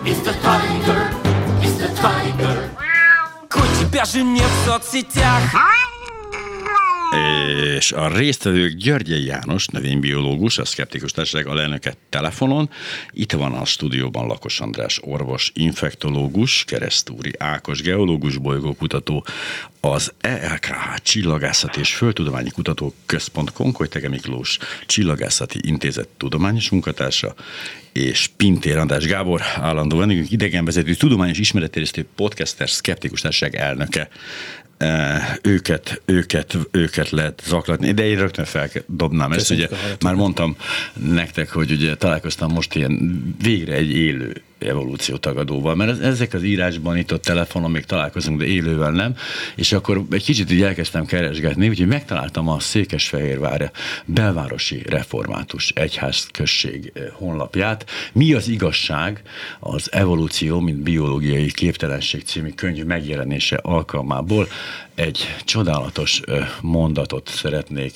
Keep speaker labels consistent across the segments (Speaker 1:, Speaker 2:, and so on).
Speaker 1: Mr. Tiger, Mr. Tiger. Хоть тебя же нет в соцсетях.
Speaker 2: És a résztvevők Györgyei János, növénybiológus, a Szkeptikus Társaság alelnöke telefonon. Itt van a stúdióban Lakos András orvos, infektológus, Keresztúri Ákos geológus, bolygókutató, az ELKH Csillagászati és Földtudományi Kutatóközpont Konkoly-Thege Miklós Csillagászati Intézet tudományos munkatársa, és Pintér András Gábor, állandó vendégünk, idegenvezető, tudományos ismeretterjesztő podcaster, Szkeptikus Társaság elnöke. Őket lehet zaklatni, de én rögtön feldobnám ezt, ugye már mondtam nektek, hogy ugye találkoztam most ilyen végre egy élő evolúciótagadóval, mert ezek az írásban itt a telefonon még találkozunk, de élővel nem, és akkor egy kicsit így elkezdtem keresgetni, úgyhogy megtaláltam a Székesfehérvár belvárosi református egyházközség honlapját. Mi az igazság az evolúció, mint biológiai képtelenség című könyv megjelenése alkalmából. Egy csodálatos mondatot szeretnék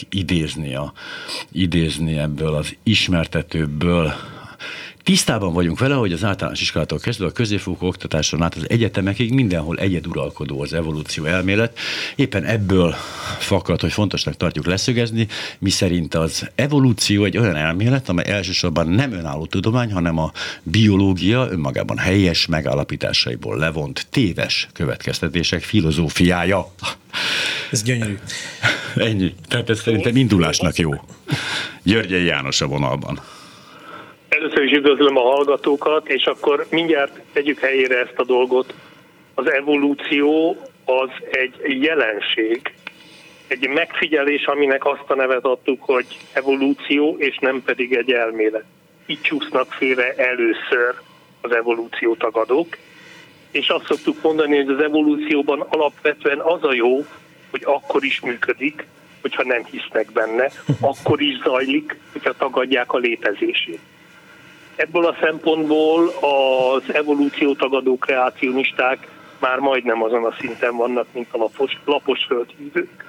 Speaker 2: idézni ebből az ismertetőből. Tisztában vagyunk vele, hogy az általános iskolától kezdve a középfokú oktatáson át az egyetemekig mindenhol egyeduralkodó az evolúció elmélet. Éppen ebből fakad, hogy fontosnak tartjuk leszögezni, miszerint az evolúció egy olyan elmélet, amely elsősorban nem önálló tudomány, hanem a biológia önmagában helyes megállapításaiból levont téves következtetések filozófiája.
Speaker 3: Ez gyönyörű.
Speaker 2: Ennyi. Tehát ez szerintem indulásnak jó. Györgyei János a vonalban.
Speaker 4: Először is üdvözlöm a hallgatókat, és akkor mindjárt tegyük helyére ezt a dolgot. Az evolúció az egy jelenség, egy megfigyelés, aminek azt a nevet adtuk, hogy evolúció, és nem pedig egy elmélet. Így csúsznak félre először az evolúciótagadók, és azt szoktuk mondani, hogy az evolúcióban alapvetően az a jó, hogy akkor is működik, hogyha nem hisznek benne, akkor is zajlik, hogyha tagadják a létezését. Ebből a szempontból az evolúciótagadó kreacionisták már majdnem azon a szinten vannak, mint a lapos földhívők.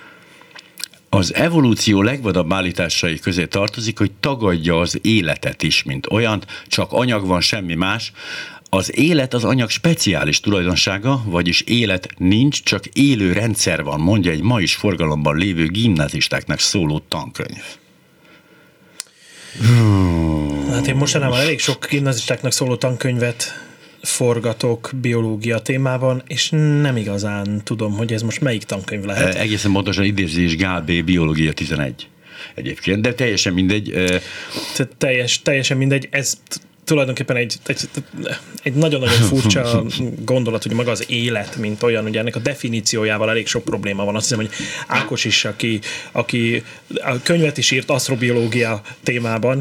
Speaker 2: Az evolúció legvadabb állításai közé tartozik, hogy tagadja az életet is, mint olyant, csak anyag van, semmi más. Az élet az anyag speciális tulajdonsága, vagyis élet nincs, csak élő rendszer van, mondja egy ma is forgalomban lévő gimnázistáknak szóló tankönyv.
Speaker 3: Hát én mostanában elég sok gimnazistáknak szóló tankönyvet forgatok biológia témában, és nem igazán tudom, hogy ez most melyik tankönyv lehet.
Speaker 2: Egészen pontosan idézés Gál B. Biológia 11 egyébként, de teljesen mindegy.
Speaker 3: Teljesen mindegy, ez tulajdonképpen egy nagyon-nagyon furcsa gondolat, hogy maga az élet, mint olyan, ugye ennek a definíciójával elég sok probléma van. Azt hiszem, hogy Ákos is, aki a könyvet is írt asztrobiológia témában,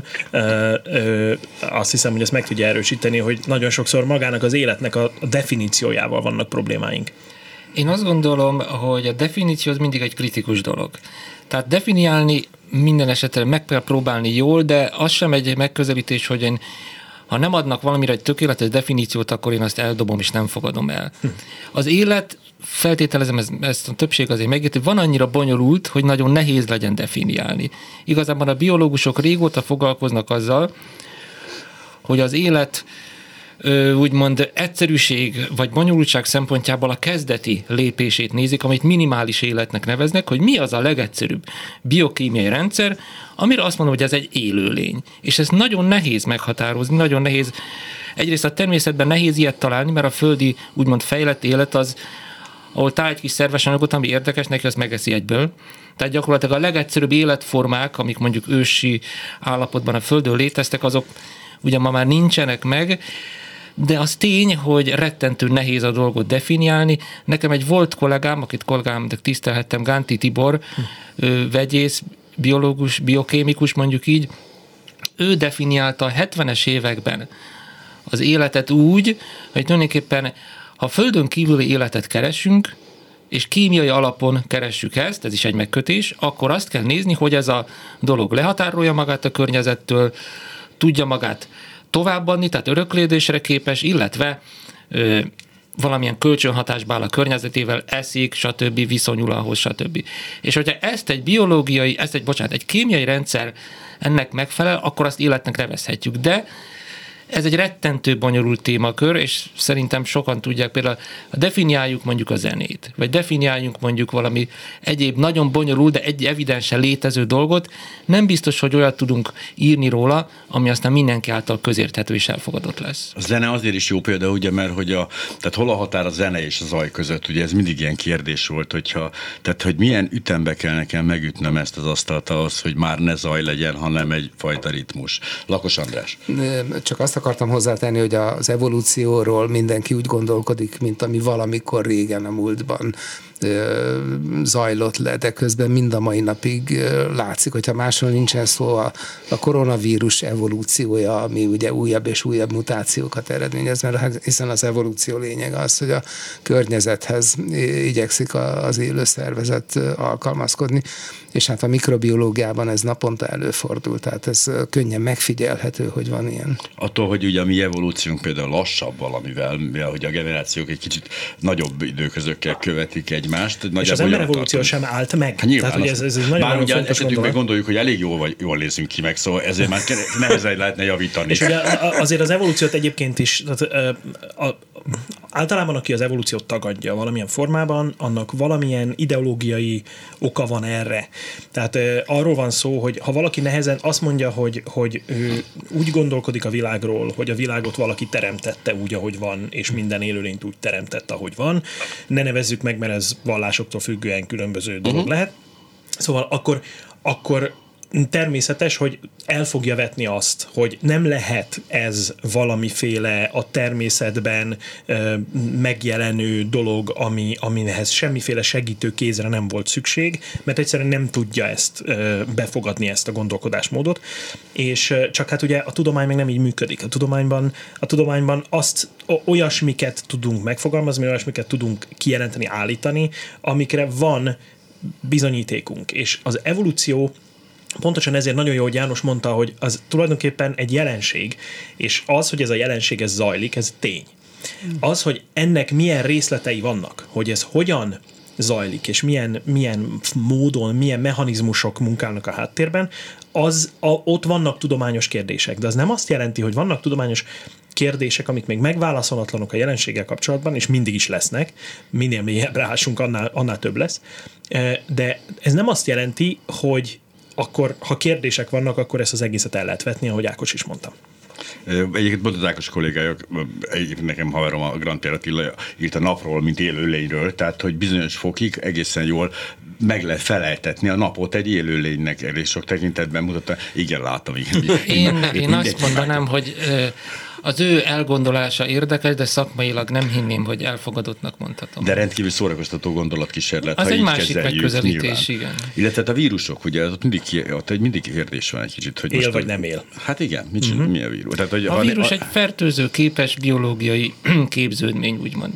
Speaker 3: azt hiszem, hogy ezt meg tudja erősíteni, hogy nagyon sokszor magának az életnek a definíciójával vannak problémáink.
Speaker 5: Én azt gondolom, hogy a definíció az mindig egy kritikus dolog. Tehát definiálni minden esetre meg kell próbálni jól, de az sem egy megközelítés, hogy én ha nem adnak valamire egy tökéletes definíciót, akkor én azt eldobom és nem fogadom el. Az élet, feltételezem, ezt a többség azért megérti, van annyira bonyolult, hogy nagyon nehéz legyen definiálni. Igazából a biológusok régóta foglalkoznak azzal, hogy az élet úgymond egyszerűség vagy bonyolultság szempontjából a kezdeti lépését nézik, amit minimális életnek neveznek, hogy mi az a legegyszerűbb biokémiai rendszer, amire azt mondom, hogy ez egy élőlény. És ez nagyon nehéz meghatározni, nagyon nehéz. Egyrészt a természetben nehéz ilyet találni, mert a földi úgymond fejlett élet az, ahol talál egy kis szerves anyagot, ami érdekes, neki azt megeszi egyből. Tehát gyakorlatilag a legegyszerűbb életformák, amik mondjuk ősi állapotban a Földön léteztek, azok ugye ma már nincsenek meg, de az tény, hogy rettentő nehéz a dolgot definiálni. Nekem egy volt kollégám, akit kollégámnak tisztelhettem, Gánti Tibor, vegyész, biológus, biokémikus mondjuk így, ő definiálta a 70-es években az életet úgy, hogy tulajdonképpen ha Földön kívüli életet keresünk, és kémiai alapon keressük ezt, ez is egy megkötés, akkor azt kell nézni, hogy ez a dolog lehatárolja magát a környezettől, tudja magát továbbadni, tehát öröklődésre képes, illetve valamilyen kölcsönhatásban áll a környezetével, eszik, stb., viszonyul ahhoz, stb. És hogyha ezt egy kémiai rendszer ennek megfelel, akkor azt életnek nevezhetjük. De ez egy rettentő bonyolult témakör, és szerintem sokan tudják, például definiáljuk mondjuk a zenét, vagy definiáljunk mondjuk valami egyéb nagyon bonyolult, de egy evidensen létező dolgot, nem biztos, hogy olyat tudunk írni róla, ami aztán mindenki által közérthető és elfogadott lesz.
Speaker 2: A zene azért is jó példa, ugye, mert hogy tehát hol a határ a zene és a zaj között, ugye ez mindig ilyen kérdés volt, tehát hogy milyen ütembe kell nekem megütnöm ezt az asztalt ahhoz, hogy már ne zaj legyen, hanem egyfajta ritmus. Lakos András.
Speaker 6: Csak azt akartam hozzátenni, hogy az evolúcióról mindenki úgy gondolkodik, mint ami valamikor régen a múltban zajlott le, de közben mind a mai napig látszik, hogyha máshol nincsen szó, a koronavírus evolúciója, ami ugye újabb és újabb mutációkat eredményez, mert hiszen az evolúció lényeg az, hogy a környezethez igyekszik az élő szervezet alkalmazkodni, és hát a mikrobiológiában ez naponta előfordul, tehát ez könnyen megfigyelhető, hogy van ilyen.
Speaker 2: Attól, hogy ugye a mi evolúciónk például lassabb valamivel, mivel hogy a generációk egy kicsit nagyobb időközökkel követik egymást.
Speaker 3: És az ember evolúció sem állt meg.
Speaker 2: Hát nyilván,
Speaker 3: tehát, hogy ez nagyon
Speaker 2: bár ugye
Speaker 3: fontos
Speaker 2: esetünkben gondoljuk, hogy elég jól nézünk ki meg, szóval ezért már nehezen lehetne javítani.
Speaker 3: És ugye azért az evolúciót egyébként is, általában aki az evolúciót tagadja valamilyen formában, annak valamilyen ideológiai oka van erre. Tehát arról van szó, hogy ha valaki nehezen azt mondja, hogy ő úgy gondolkodik a világról, hogy a világot valaki teremtette úgy, ahogy van, és minden élőlényt úgy teremtette, ahogy van, ne nevezzük meg, mert ez vallásoktól függően különböző dolog lehet. Szóval akkor természetes, hogy el fogja vetni azt, hogy nem lehet ez valamiféle a természetben megjelenő dolog, aminehez semmiféle segítő kézre nem volt szükség, mert egyszerűen nem tudja ezt befogadni, ezt a gondolkodásmódot, és csak hát ugye a tudomány meg nem így működik. A tudományban azt olyasmiket tudunk megfogalmazni, olyasmiket tudunk kijelenteni, állítani, amikre van bizonyítékunk, és az evolúció pontosan ezért nagyon jó, hogy János mondta, hogy az tulajdonképpen egy jelenség, és az, hogy ez a jelenség ez zajlik, ez tény. Az, hogy ennek milyen részletei vannak, hogy ez hogyan zajlik, és milyen módon, milyen mechanizmusok munkálnak a háttérben, ott vannak tudományos kérdések, de az nem azt jelenti, hogy vannak tudományos kérdések, amik még megválaszolatlanok a jelenséggel kapcsolatban, és mindig is lesznek, minél mélyebbre ásunk, annál több lesz, de ez nem azt jelenti, hogy akkor, ha kérdések vannak, akkor ezt az egészet el lehet vetni, ahogy Ákos is mondta.
Speaker 2: Egyébként pont az Ákos kollégája, nekem haverom a Grantér Attila írt a napról, mint élőlényről, tehát hogy bizonyos fokig egészen jól meg lehet felejtetni a napot egy élőlénynek, elég sok tekintetben mutatta. Igen, látom.
Speaker 5: Én azt mondanám, hogy az ő elgondolása érdekes, de szakmailag nem hinném, hogy elfogadottnak mondhatom.
Speaker 2: De rendkívül szórakoztató gondolatkísérlet.
Speaker 5: Az egy másik megközelítés,
Speaker 2: nyilván.
Speaker 5: igen.
Speaker 2: Illetve a vírusok, ugye ott mindig kérdés van egy kicsit. Hogy
Speaker 3: él
Speaker 2: most
Speaker 3: vagy nem él.
Speaker 2: Hát igen, mi a vírus? Tehát, hogy
Speaker 5: a vírus egy fertőző képes biológiai képződmény, úgymond.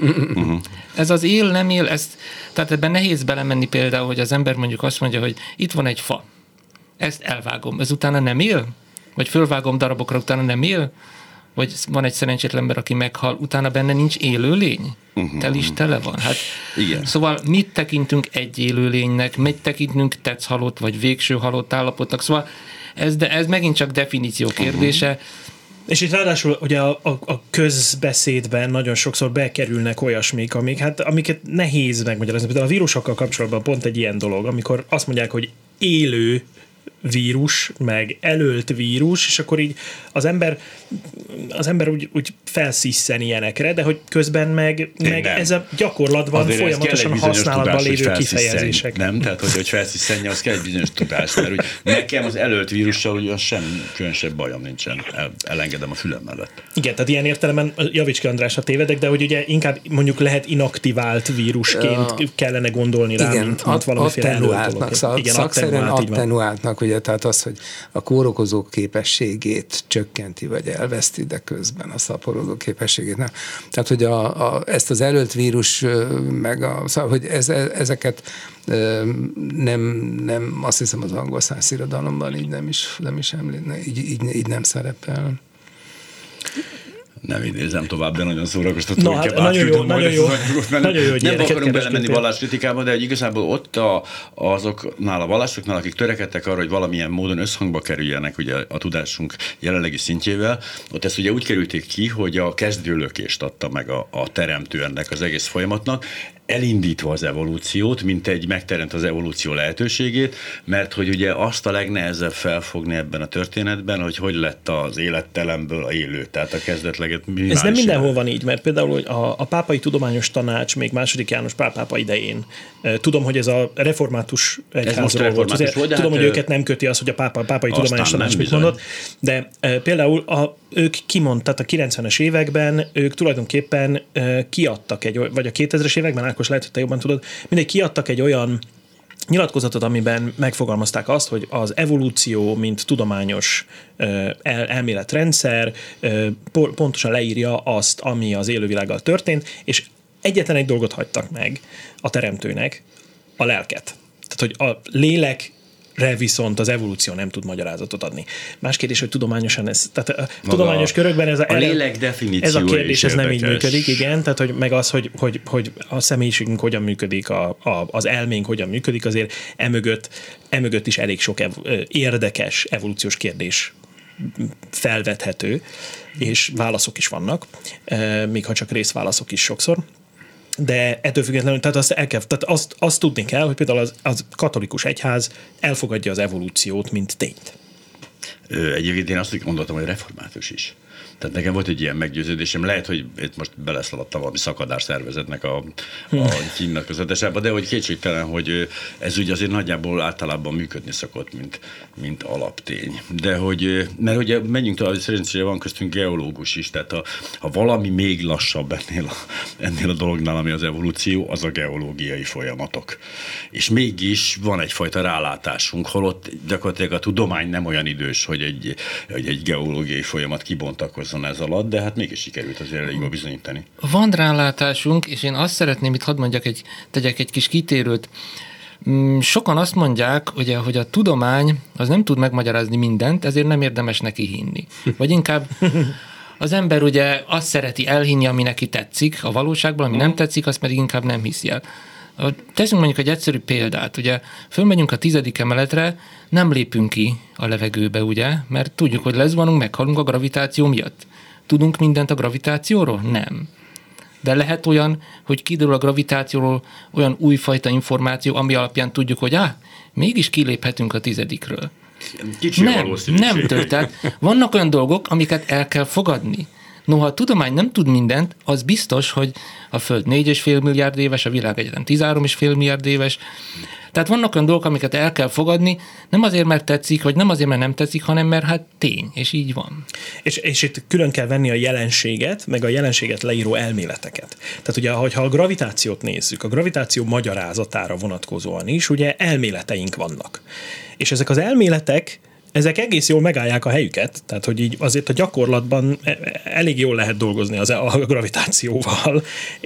Speaker 5: Ez az él, nem él, tehát ebben nehéz belemenni például, hogy az ember mondjuk azt mondja, hogy itt van egy fa, ezt elvágom, ez utána nem él? Vagy fölvágom darabokra, utána nem él? Vagy van egy szerencsétlen ember, aki meghal, utána benne nincs élőlény? Tele van. Hát,
Speaker 2: igen.
Speaker 5: Szóval mit tekintünk egy élőlénynek, mit tekintünk tetszhalott, vagy végső halott állapotnak? Szóval ez megint csak definíció kérdése.
Speaker 3: És itt ráadásul ugye a közbeszédben nagyon sokszor bekerülnek olyasmik, amiket nehéz megmagyarázni. Például a vírusokkal kapcsolatban pont egy ilyen dolog, amikor azt mondják, hogy élő vírus, meg elölt vírus, és akkor így az ember úgy felszisszen ilyenekre, de hogy közben meg ez a gyakorlatban azért folyamatosan használatban lévő kifejezések.
Speaker 2: Nem? Tehát, hogy felszisszenje, az kell egy bizonyos tudás, mert úgy nekem az elölt vírussal úgy sem különösebb bajom nincsen, elengedem a fülem mellett. Igen,
Speaker 3: tehát ilyen értelemben javíts ki Andrásra tévedek, de hogy ugye inkább mondjuk lehet inaktivált vírusként kellene gondolni rá, mint valamiféle
Speaker 6: attenuáltnak. Szakszerűen attenuáltnak, ugye, tehát az, hogy a kórokozó képességét csökkenti, vagy elveszti, de közben a szaporodó képességét nem. Tehát, hogy ezt az elölt vírus, szóval, hogy ezeket nem, azt hiszem az angol százirodalomban így nem is említne, így nem szerepel.
Speaker 2: Nem idézem tovább, de nagyon szórakoztató.
Speaker 3: Na, hát nagyon jó, hogy
Speaker 2: nem akarunk belemenni valláskritikába, de igazából ott azoknál a vallásoknál, akik törekedtek arra, hogy valamilyen módon összhangba kerüljenek ugye a tudásunk jelenlegi szintjével, ott ezt ugye úgy kerülték ki, hogy a kezdőlökést adta meg a teremtő ennek az egész folyamatnak, elindítva az evolúciót, mint egy megteremt az evolúció lehetőségét, mert hogy ugye azt a legnehezebb felfogni ebben a történetben, hogy lett az élettelemből a élő, tehát a kezdetleget.
Speaker 3: Ez nem mindenhol van így, mert például a Pápai Tudományos Tanács még II. János Pál pápa idején, tudom, hogy ez a református egyházról volt, tudom, hogy őket nem köti az, hogy a Pápai Tudományos Tanács mit mondott, de például ők kimondták a 90-es években, ők tulajdonképpen kiadtak vagy a 2000-es években, Ákos, lehet, hogy te jobban tudod, mindegy kiadtak egy olyan nyilatkozatot, amiben megfogalmazták azt, hogy az evolúció, mint tudományos elméletrendszer pontosan leírja azt, ami az élővilággal történt, és egyetlen egy dolgot hagytak meg a teremtőnek, a lelket. Tehát, hogy a lélekre viszont az evolúció nem tud magyarázatot adni. Más kérdés, hogy tudományosan tehát tudományos körökben ez
Speaker 2: a lélek definíció
Speaker 3: ez a kérdés, ez nem így működik, igen, tehát hogy meg az, hogy a személyiségünk hogyan működik, az elménk hogyan működik, azért emögött is elég sok érdekes evolúciós kérdés felvethető, és válaszok is vannak, még ha csak részválaszok is sokszor. De ettől függetlenül, tehát azt tudni kell, hogy például az katolikus egyház elfogadja az evolúciót, mint tényt.
Speaker 2: Egyébként én azt gondoltam, hogy református is. Tehát nekem volt egy ilyen meggyőződésem, lehet, hogy itt most beleszaladtam valami szakadás szervezetnek a nyilatkozatásában, de hogy kétségtelen, hogy ez ugye azért nagyjából általában működni szokott, mint alaptény. De hogy, mert ugye menjünk tovább, szerencsére van köztünk geológus is, tehát ha valami még lassabb ennél a dolognál, ami az evolúció, az a geológiai folyamatok. És mégis van egyfajta rálátásunk, holott gyakorlatilag a tudomány nem olyan idős, hogy egy geológiai folyamat kibontakozzon ez alatt, de hát mégis sikerült azért elég jól bizonyítani.
Speaker 5: Van rálátásunk, és én azt szeretném, itt hadd mondjak tegyek egy kis kitérőt. Sokan azt mondják, ugye, hogy a tudomány az nem tud megmagyarázni mindent, ezért nem érdemes neki hinni. Vagy inkább az ember ugye azt szereti elhinni, ami neki tetszik a valóságban, ami nem tetszik, azt pedig inkább nem hiszi el. Teszünk mondjuk egy egyszerű példát, ugye fölmegyünk a 10. emeletre, nem lépünk ki a levegőbe, ugye, mert tudjuk, hogy lezuhanunk, meghalunk a gravitáció miatt. Tudunk mindent a gravitációról? Nem. De lehet olyan, hogy kiderül a gravitációról olyan újfajta információ, ami alapján tudjuk, hogy mégis kiléphetünk a 10-ről. Nem történt. Vannak olyan dolgok, amiket el kell fogadni. Noha a tudomány nem tud mindent, az biztos, hogy a Föld 4,5 milliárd éves, a világegyetem 13,5 milliárd éves. Tehát vannak olyan dolgok, amiket el kell fogadni, nem azért, mert tetszik, vagy nem azért, mert nem tetszik, hanem mert hát tény, és így van.
Speaker 3: És itt külön kell venni a jelenséget, meg a jelenséget leíró elméleteket. Tehát ugye, ha a gravitációt nézzük, a gravitáció magyarázatára vonatkozóan is, ugye elméleteink vannak. És ezek az elméletek, ezek egész jól megállják a helyüket, tehát hogy így azért a gyakorlatban elég jól lehet dolgozni a gravitációval.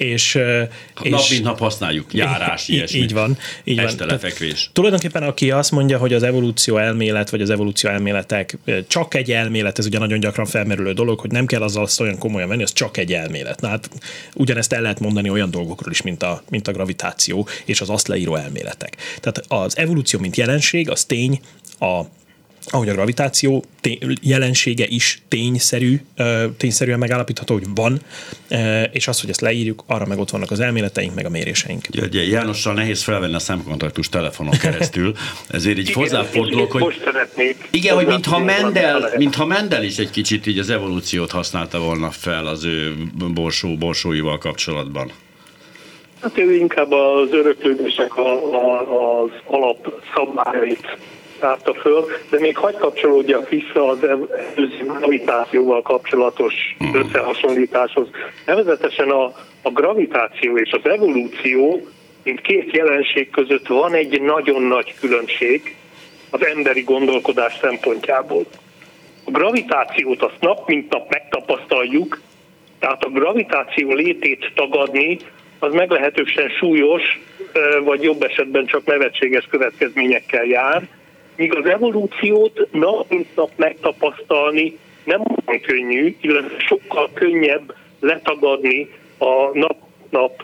Speaker 2: Nap mint nap használjuk, járás, ilyesmi.
Speaker 3: Így van.
Speaker 2: Este lefekvés.
Speaker 3: Tulajdonképpen aki azt mondja, hogy az evolúció elmélet, vagy az evolúció elméletek csak egy elmélet, ez ugye nagyon gyakran felmerülő dolog, hogy nem kell azzal azt olyan komolyan venni, az csak egy elmélet. Na hát ugyanezt el lehet mondani olyan dolgokról is, mint a gravitáció, és az azt leíró elméletek. Tehát az evolúció, mint jelenség, az tény, ahogy a gravitáció jelensége is tényszerűen megállapítható, hogy van, és az, hogy ezt leírjuk, arra meg ott vannak az elméleteink, meg a méréseink.
Speaker 2: Ugye, Jánossal nehéz felvenni a szemkontaktus telefonon keresztül, ezért így hozzáfordulok, hogy igen, hogy mintha Mendel is egy kicsit így az evolúciót használta volna fel az ő borsóival kapcsolatban.
Speaker 4: Hát ő inkább az öröklődések az alapszabályait tárta föl, de még hadd kapcsolódjak vissza az előző gravitációval kapcsolatos összehasonlításhoz. Nevezetesen a gravitáció és az evolúció, mint két jelenség között van egy nagyon nagy különbség az emberi gondolkodás szempontjából. A gravitációt azt nap mint nap megtapasztaljuk, tehát a gravitáció létét tagadni, az meglehetősen súlyos, vagy jobb esetben csak nevetséges következményekkel jár, míg az evolúciót nap mint nap megtapasztalni nem olyan könnyű, illetve sokkal könnyebb letagadni a nap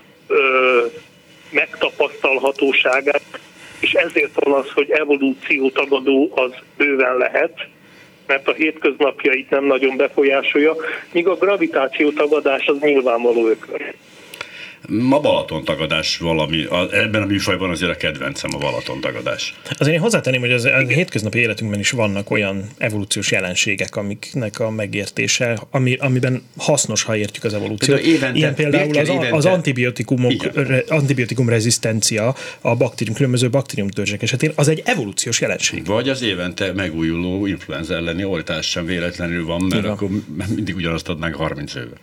Speaker 4: megtapasztalhatóságát, és ezért van az, hogy evolúciótagadó az bőven lehet, mert a hétköznapjait nem nagyon befolyásolja, míg a gravitációtagadás az nyilvánvaló ökör.
Speaker 2: A Balaton-tagadás valami, ebben a műfajban azért a kedvencem a Balaton-tagadás.
Speaker 3: Azért én hozzátenném, hogy a hétköznapi életünkben is vannak olyan evolúciós jelenségek, amiknek a megértése, amiben hasznos, ha értjük az evolúciót. Ilyen például az antibiotikum rezisztencia a különböző baktériumtörzsek esetén, az egy evolúciós jelenség.
Speaker 2: Vagy az évente megújuló influenza elleni oltás sem véletlenül van, mert akkor mindig ugyanazt adnánk 30 éve.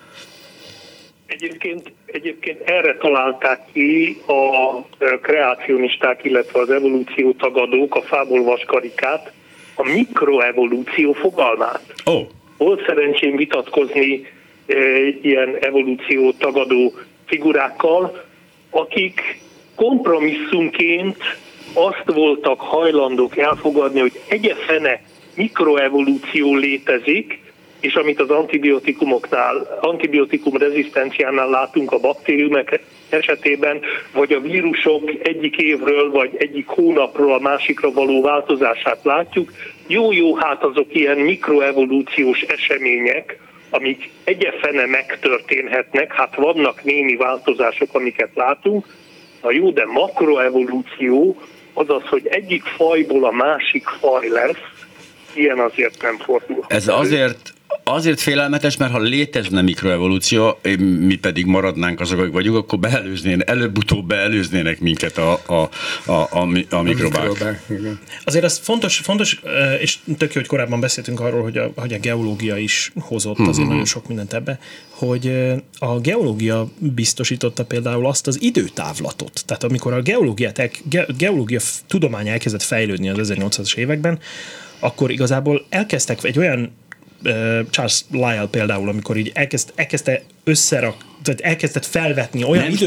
Speaker 4: Egyébként erre találták ki a kreacionisták, illetve az evolúciótagadók a fából vaskarikát, a mikroevolúció fogalmát. Volt szerencsém vitatkozni ilyen evolúciótagadó figurákkal, akik kompromisszumként azt voltak hajlandók elfogadni, hogy egyefene mikroevolúció létezik, és amit az antibiotikum rezisztenciánál látunk a baktériumok esetében, vagy a vírusok egyik évről, vagy egyik hónapról a másikra való változását látjuk, jó, hát azok ilyen mikroevolúciós események, amik egyefene megtörténhetnek, hát vannak némi változások, amiket látunk, na jó, de makroevolúció az az, hogy egyik fajból a másik faj lesz, ilyen azért nem fordul.
Speaker 2: Ez azért félelmetes, mert ha létezne mikroevolúció, mi pedig maradnánk azok, akik vagyunk, akkor előbb-utóbb beelőznének minket a mikrobák.
Speaker 3: Azért az fontos, és tök jó, hogy korábban beszéltünk arról, hogy a geológia is hozott azért nagyon sok mindent ebbe, hogy a geológia biztosította például azt az időtávlatot. Tehát amikor a geológia tudomány elkezdett fejlődni az 1800-as években, akkor igazából elkezdtek egy olyan Charles Lyell például, amikor így elkezdett felvetni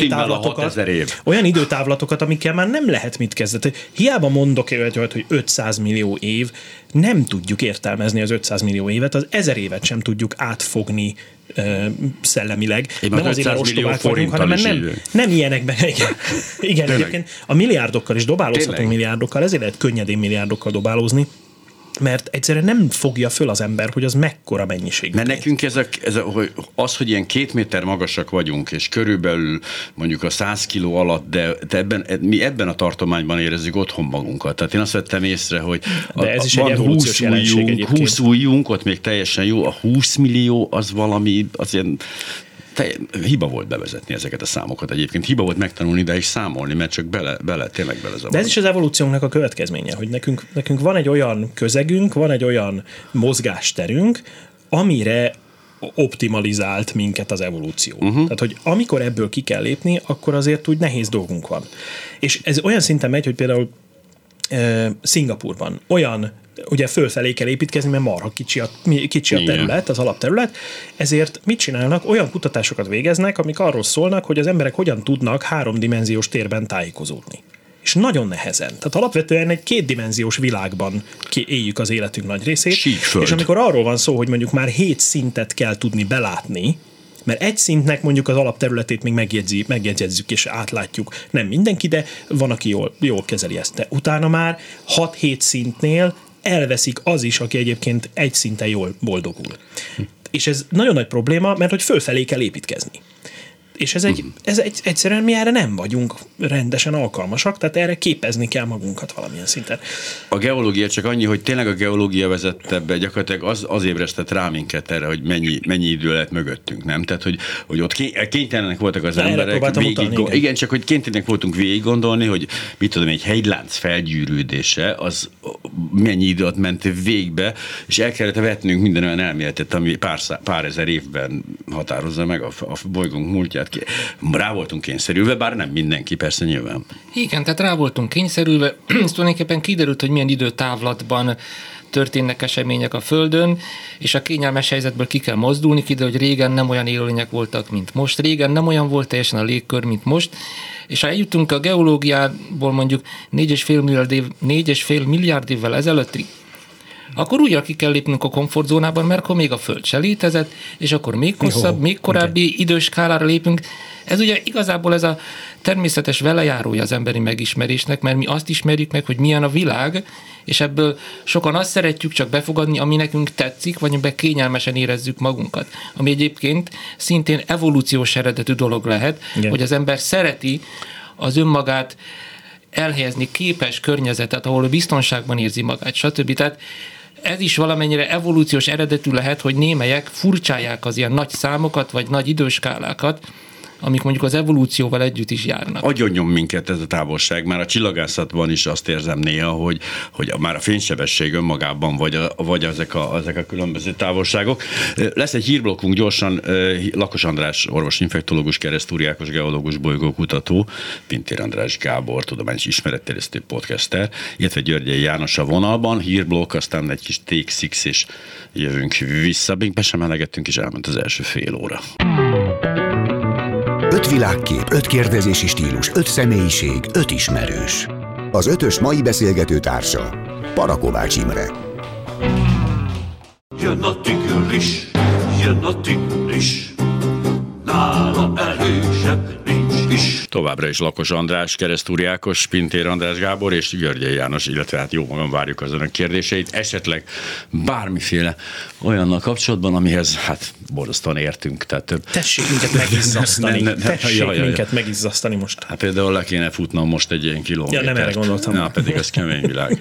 Speaker 3: olyan időtávlatokat, amikkel már nem lehet mit kezdeni. Hiába mondok olyat, hogy 500 millió év, nem tudjuk értelmezni az 500 millió évet, az 1000 évet sem tudjuk átfogni szellemileg. Nem azért, mert ostobák vagyunk, hanem nem ilyenekben. Igen, egyébként a milliárdokkal is dobálózhatunk milliárdokkal, ezért lehet könnyedén milliárdokkal dobálózni, mert egyszerűen nem fogja föl az ember, hogy az mekkora mennyiség.
Speaker 2: Mert nekünk az, hogy ilyen 2 méter magasak vagyunk, és körülbelül mondjuk a 100 kiló alatt, de mi ebben a tartományban érezzük otthon magunkat. Tehát én azt vettem észre, hogy van 20 ujjunk, ott még teljesen jó, a 20 millió az valami, az ilyen hiba volt bevezetni ezeket a számokat egyébként. Hiba volt megtanulni ide is számolni, mert csak tényleg belezavarodunk.
Speaker 3: De ez is az evolúciónknak a következménye, hogy nekünk van egy olyan közegünk, van egy olyan mozgásterünk, amire optimalizált minket az evolúció. Tehát, hogy amikor ebből ki kell lépni, akkor azért úgy nehéz dolgunk van. És ez olyan szinten megy, hogy például Szingapurban olyan, ugye fölfelé kell építkezni, mert marha kicsi a terület, az alapterület, ezért mit csinálnak? Olyan kutatásokat végeznek, amik arról szólnak, hogy az emberek hogyan tudnak 3-dimenziós térben tájékozódni. És nagyon nehezen. Tehát alapvetően egy 2-dimenziós világban éljük az életünk nagy részét.
Speaker 2: Síkföld.
Speaker 3: És amikor arról van szó, hogy mondjuk már 7 szintet kell tudni belátni, mert egy szintnek mondjuk az alapterületét még megjegyezzük és átlátjuk. Nem mindenki, de van, aki jól kezeli ezt. De utána már 6-7 szintnél elveszik az is, aki egyébként egy szinten jól boldogul. És ez nagyon nagy probléma, mert hogy fölfelé kell építkezni. És ez egyszerűen mi erre nem vagyunk rendesen alkalmasak, tehát erre képezni kell magunkat valamilyen szinten.
Speaker 2: A geológia csak annyi, hogy tényleg a geológia vezette be, gyakorlatilag az ébresztett rá minket erre, hogy mennyi idő lett mögöttünk, nem? Tehát, hogy ott kénytelenek voltak az emberek igen, csak hogy kénytelenek voltunk végig gondolni, hogy mit tudom, egy hegylánc felgyűrűdése, az mennyi időt ment végbe, és el kellett vetnünk minden olyan elméletet, ami pár ezer évben határozza meg a bolygónk múltját. Rá voltunk kényszerülve, bár nem mindenki, persze nyilván.
Speaker 5: Igen, tehát rá voltunk kényszerülve, tulajdonképpen kiderült, hogy milyen időtávlatban történnek események a Földön, és a kényelmes helyzetből ki kell mozdulni, kiderül, hogy régen nem olyan élőlények voltak, mint most, régen nem olyan volt teljesen a légkör, mint most, és ha eljutunk a geológiából mondjuk 4,5 milliárd évvel ezelőtti akkor újra ki kell lépnünk a komfortzónában, mert akkor még a Föld se létezett, és akkor még hosszabb, még korábbi időskálára lépünk. Ez ugye igazából ez a természetes velejárója az emberi megismerésnek, mert mi azt ismerjük meg, hogy milyen a világ, és ebből sokan azt szeretjük csak befogadni, ami nekünk tetszik, vagy amiben kényelmesen érezzük magunkat. Ami egyébként szintén evolúciós eredetű dolog lehet, igen, hogy az ember szereti az önmagát elhelyezni képes környezetet, ahol biztonságban érzi magát, stb. Tehát ez is valamennyire evolúciós eredetű lehet, hogy némelyek furcsálják az ilyen nagy számokat, vagy nagy időskálákat, amik mondjuk az evolúcióval együtt is járnak.
Speaker 2: Agyonnyom minket ez a távolság, már a csillagászatban is azt érzem néha, hogy már a fénysebesség önmagában, vagy ezek a különböző távolságok. Lesz egy hírblokkunk gyorsan, Lakos András orvos infektológus, Keresztúri Ákos geológus, bolygókutató, Pintér András Gábor, tudományos ismeretterjesztő podcaster, illetve Györgyei János a vonalban, hírblokk, aztán egy kis Take Six, és jövünk vissza. Be sem elegettünk, és elment az első fél óra.
Speaker 7: 5 világkép, 5 kérdezési stílus, 5 személyiség, 5 ismerős. Az ötös mai beszélgető társa Parakovács Imre.
Speaker 1: Jön a tigris, nála erősebb nincs is.
Speaker 2: Továbbra is Lakos András, Keresztúri Ákos, Pintér András Gábor és Györgyei János, illetve hát jó magam várjuk az önök kérdéseit, esetleg bármiféle olyannal kapcsolatban, amihez hát borzasztóan értünk. Tehát,
Speaker 3: tessék minket megizzasztani. Minket megizzasztani most.
Speaker 2: Hát például le kéne futnom most egy ilyen kilométert.
Speaker 3: Ja, nem erre gondoltam.
Speaker 2: Na, pedig az kemény világ.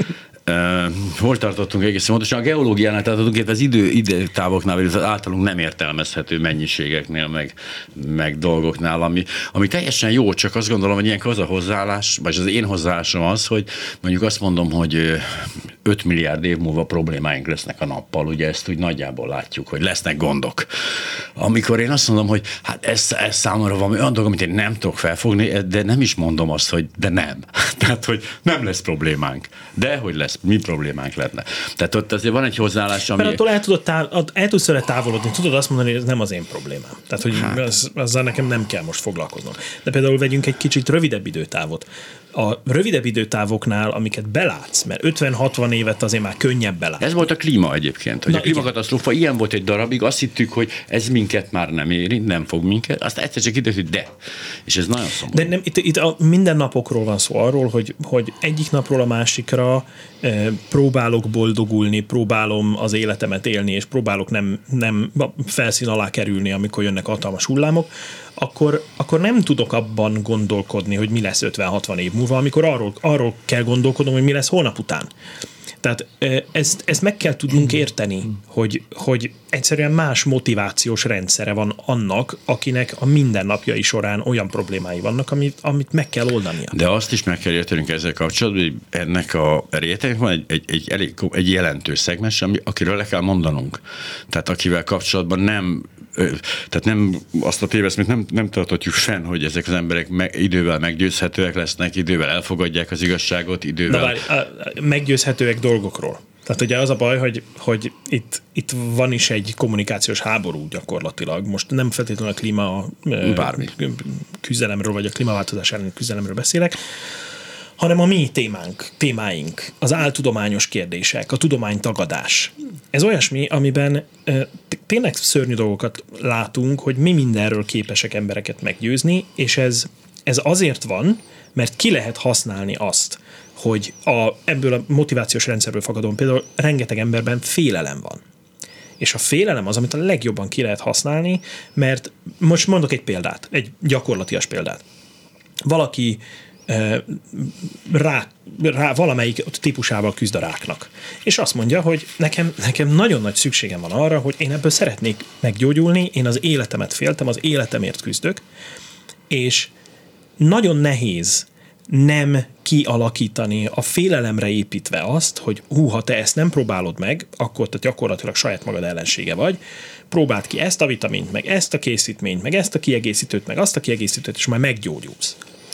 Speaker 2: Hol tartottunk egészen pontosan? A geológiánál tartottunk, az időtávoknál, vagy az általunk nem értelmezhető mennyiségeknél, meg dolgoknál, ami teljesen jó, csak azt gondolom, hogy ilyenkor az a hozzáállás, vagy az én hozzáállásom az, hogy mondjuk azt mondom, hogy 5 milliárd év múlva problémáink lesznek a nappal, ugye ezt úgy nagyjából látjuk, hogy lesznek gondok. Amikor én azt mondom, hogy hát ez számomra valami olyan dolog, amit én nem tudok felfogni, de nem is mondom azt, hogy de nem. Tehát, hogy nem lesz problémánk. De hogy lesz, mi problémánk lenne. Tehát ott azért van egy hozzáállás, ami...
Speaker 3: Mert attól el tudsz vele távolodni, tudod azt mondani, hogy ez nem az én problémám. Tehát, hogy azzal nekem nem kell most foglalkoznom. De például vegyünk egy kicsit rövidebb időtávot. A rövidebb időtávoknál, amiket belátsz, mert 50-60 évet azért már könnyebb belátni.
Speaker 2: Ez volt a klíma egyébként, hogy a klímakatasztrófa ilyen volt egy darabig, azt hittük, hogy ez minket már nem érint, nem fog minket, aztán egyszer csak kiderült, hogy de. És ez nagyon szomorú.
Speaker 3: De nem, itt a mindennapokról van szó, arról, hogy egyik napról a másikra próbálok boldogulni, próbálom az életemet élni, és próbálok nem felszín alá kerülni, amikor jönnek hatalmas hullámok, akkor nem tudok abban gondolkodni, hogy mi lesz 50-60 év múlva, amikor arról kell gondolkodnom, hogy mi lesz holnap után. Tehát ezt meg kell tudnunk érteni, hogy egyszerűen más motivációs rendszere van annak, akinek a mindennapjai során olyan problémái vannak, amit meg kell oldania.
Speaker 2: De azt is meg kell értenünk ezzel kapcsolatban, hogy ennek a rétegnek van egy jelentős szegmens, akiről le kell mondanunk. Tehát akivel kapcsolatban nem azt a téveszmét nem tarthatjuk fenn, hogy ezek az emberek idővel meggyőzhetőek lesznek, idővel elfogadják az igazságot, idővel...
Speaker 3: Na várj, meggyőzhetőek dolgokról. Tehát ugye az a baj, hogy itt van is egy kommunikációs háború gyakorlatilag. Most nem feltétlenül a klíma küzdelemről, vagy a klímaváltozás elleni küzdelemről beszélek, hanem a mi témáink, az áltudományos kérdések, a tudománytagadás. Ez olyasmi, amiben tényleg szörnyű dolgokat látunk, hogy mi mindenről képesek embereket meggyőzni, és ez azért van, mert ki lehet használni azt, hogy ebből a motivációs rendszerből fakadóan például rengeteg emberben félelem van. És a félelem az, amit a legjobban ki lehet használni, mert most mondok egy példát, egy gyakorlatias példát. Valaki valamelyik típusával küzd a ráknak. És azt mondja, hogy nekem nagyon nagy szükségem van arra, hogy én ebből szeretnék meggyógyulni, én az életemet féltem, az életemért küzdök, és nagyon nehéz nem kialakítani a félelemre építve azt, hogy ha te ezt nem próbálod meg, akkor te gyakorlatilag saját magad ellensége vagy, próbáld ki ezt a vitamint, meg ezt a készítményt, meg ezt a kiegészítőt, meg azt a kiegészítőt, és már meggyógyulsz.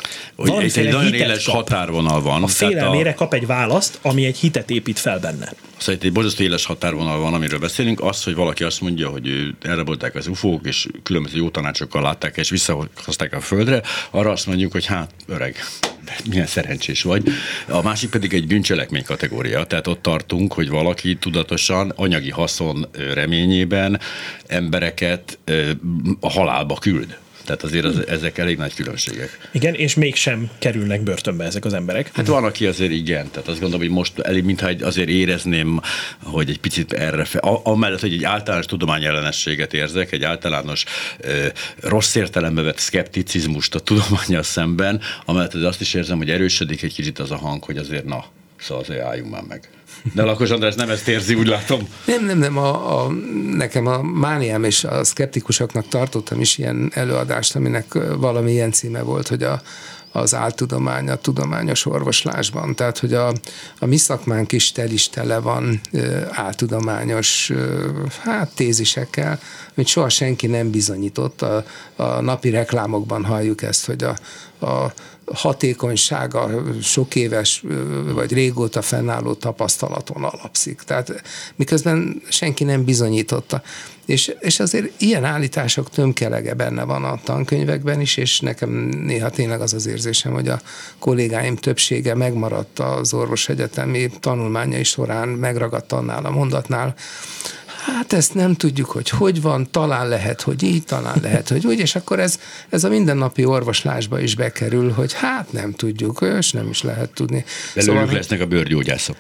Speaker 2: hogy egy nagyon éles határvonal van.
Speaker 3: A félelmére kap egy választ, ami egy hitet épít fel benne.
Speaker 2: Szóval egy borzasztó éles határvonal van, amiről beszélünk. Az, hogy valaki azt mondja, hogy elrabolták az UFO-k, és különböző jó tanácsokkal látták, és visszahozták a Földre, arra azt mondjuk, hogy hát öreg, milyen szerencsés vagy. A másik pedig egy bűncselekmény kategória. Tehát ott tartunk, hogy valaki tudatosan anyagi haszon reményében embereket a halálba küld. Tehát azért ezek elég nagy különbségek.
Speaker 3: Igen, és mégsem kerülnek börtönbe ezek az emberek.
Speaker 2: Hát van, aki azért igen. Tehát azt gondolom, hogy most elég, mintha azért érezném, hogy egy picit erre amellett, hogy egy általános tudományellenességet érzek, egy általános rossz értelembe vett szkepticizmust a tudománnyal szemben, amellett azt is érzem, hogy erősödik egy kicsit az a hang, hogy azért szóval azért álljunk már meg. De Lakos András nem ezt érzi, úgy látom.
Speaker 6: Nem. Nekem a mániám, és a szkeptikusoknak tartottam is ilyen előadást, aminek valami ilyen címe volt, hogy az áltudomány a tudományos orvoslásban. Tehát, hogy a mi szakmánk is tele van áltudományos tézisekkel, amit soha senki nem bizonyított. A napi reklámokban halljuk ezt, hogy a hatékonysága sok éves vagy régóta fennálló tapasztalaton alapszik. Tehát miközben senki nem bizonyította. És azért ilyen állítások tömkelege benne van a tankönyvekben is, és nekem néha tényleg az érzésem, hogy a kollégáim többsége megmaradt az orvosegyetemi tanulmányai során, megragadt annál a mondatnál, hát ezt nem tudjuk, hogy van, talán lehet, hogy így, talán lehet, hogy úgy, és akkor ez a mindennapi orvoslásba is bekerül, hogy hát nem tudjuk, és nem is lehet tudni.
Speaker 2: Belőlük lesznek a bőrgyógyászok.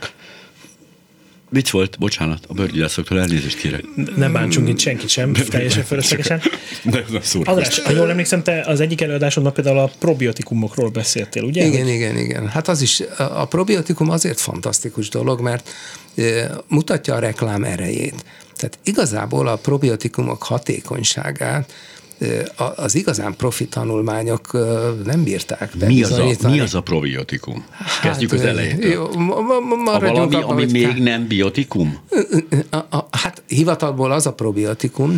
Speaker 2: Vicc volt, bocsánat, a bőrgyógyászoktól elnézést kérek.
Speaker 3: Nem bántsunk itt senkit sem, teljesen fölöslegesen. András, ha jól emlékszem, te az egyik előadásodban például a probiotikumokról beszéltél, ugye?
Speaker 6: Igen. Hát az is, a probiotikum azért fantasztikus dolog, mert mutatja a reklám erejét. Tehát igazából a probiotikumok hatékonyságát az igazán profi tanulmányok nem bírták bebizonyítani.
Speaker 2: Mi az a probiotikum? Kezdjük az elejétől. Jó, valami, ami még nem biotikum?
Speaker 6: Hát hivatalból az a probiotikum,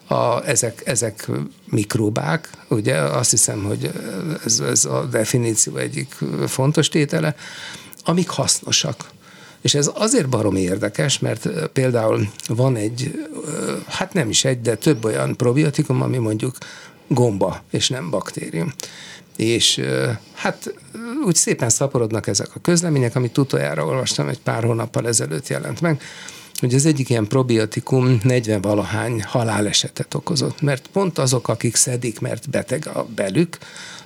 Speaker 6: ezek mikróbák, ugye azt hiszem, hogy ez a definíció egyik fontos tétele, amik hasznosak. És ez azért baromi érdekes, mert például van hát nem is egy, de több olyan probiotikum, ami mondjuk gomba, és nem baktérium. És hát úgy szépen szaporodnak ezek a közlemények, amit utoljára olvastam, egy pár hónappal ezelőtt jelent meg, hogy az egyik ilyen probiotikum 40-valahány halálesetet okozott, mert pont azok, akik szedik, mert beteg a belük,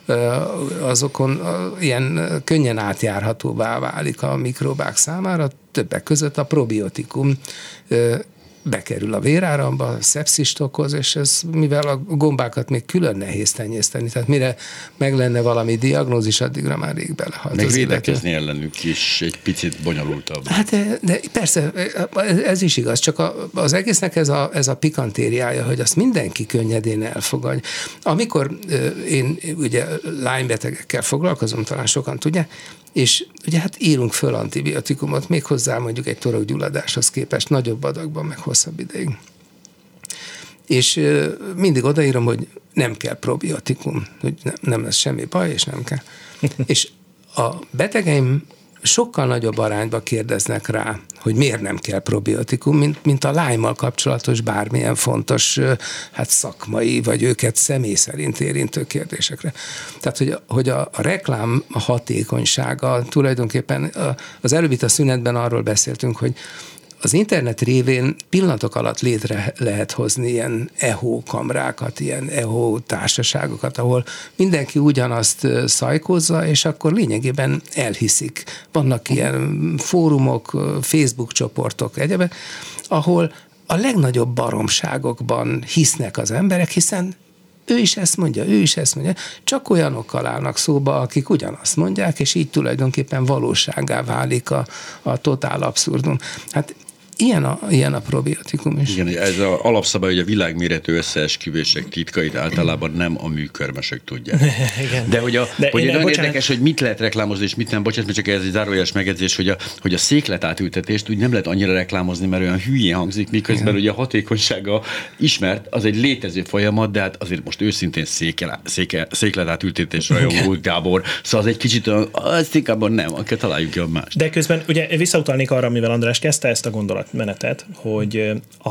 Speaker 6: azokon ilyen könnyen átjárhatóvá válik a mikrobák számára, többek között a probiotikum bekerül a véráramba, szepszist okoz, és ez, mivel a gombákat még külön nehéz tenyészteni, tehát mire meg lenne valami diagnózis, addigra már rég belehalt.
Speaker 2: Meg védekezni ellenük is egy picit bonyolultabb.
Speaker 6: Hát de persze, ez is igaz, csak az egésznek ez a pikantériája, hogy azt mindenki könnyedén elfogadja. Amikor én ugye lánybetegekkel foglalkozom, talán sokan tudják, és ugye hát írunk föl antibiotikumot, méghozzá mondjuk egy torokgyulladáshoz képest nagyobb adagban, meg hosszabb ideig. És mindig odaírom, hogy nem kell probiotikum, hogy nem lesz semmi baj, és nem kell. És a betegeim sokkal nagyobb arányba kérdeznek rá, hogy miért nem kell probiotikum, mint a Lyme-mal kapcsolatos bármilyen fontos szakmai, vagy őket személy szerint érintő kérdésekre. Tehát, hogy a reklám a hatékonysága, tulajdonképpen az előbb itt a szünetben arról beszéltünk, hogy az internet révén pillanatok alatt létre lehet hozni ilyen EHO kamrákat, ilyen EHO társaságokat, ahol mindenki ugyanazt szajkózza, és akkor lényegében elhiszik. Vannak ilyen fórumok, Facebook csoportok, egyebek, ahol a legnagyobb baromságokban hisznek az emberek, hiszen ő is ezt mondja, csak olyanokkal állnak szóba, akik ugyanazt mondják, és így tulajdonképpen valósággá válik a totál abszurdum. Hát ilyen a probiotikum is.
Speaker 2: Igen, ez az alapszabály, hogy a világméretű összeesküvések titkait általában nem a műkörmösök tudják. De hogy nagyon érdekes, hogy mit lehet reklámozni, és mit nem, bocsánat, csak ez egy zárójeles megjegyzés, hogy a székletátültetést úgy nem lehet annyira reklámozni, mert olyan hülyén hangzik, miközben ugye a hatékonysága ismert, az egy létező folyamat, de hát azért most őszintén székletátültetés rajongó Gábor, szóval az egy kicsit, az inkább nem, akkor találjuk ki a mást.
Speaker 3: De közben ugye visszautalnék arra, amivel András kezdte ezt a gondolatmenetet, hogy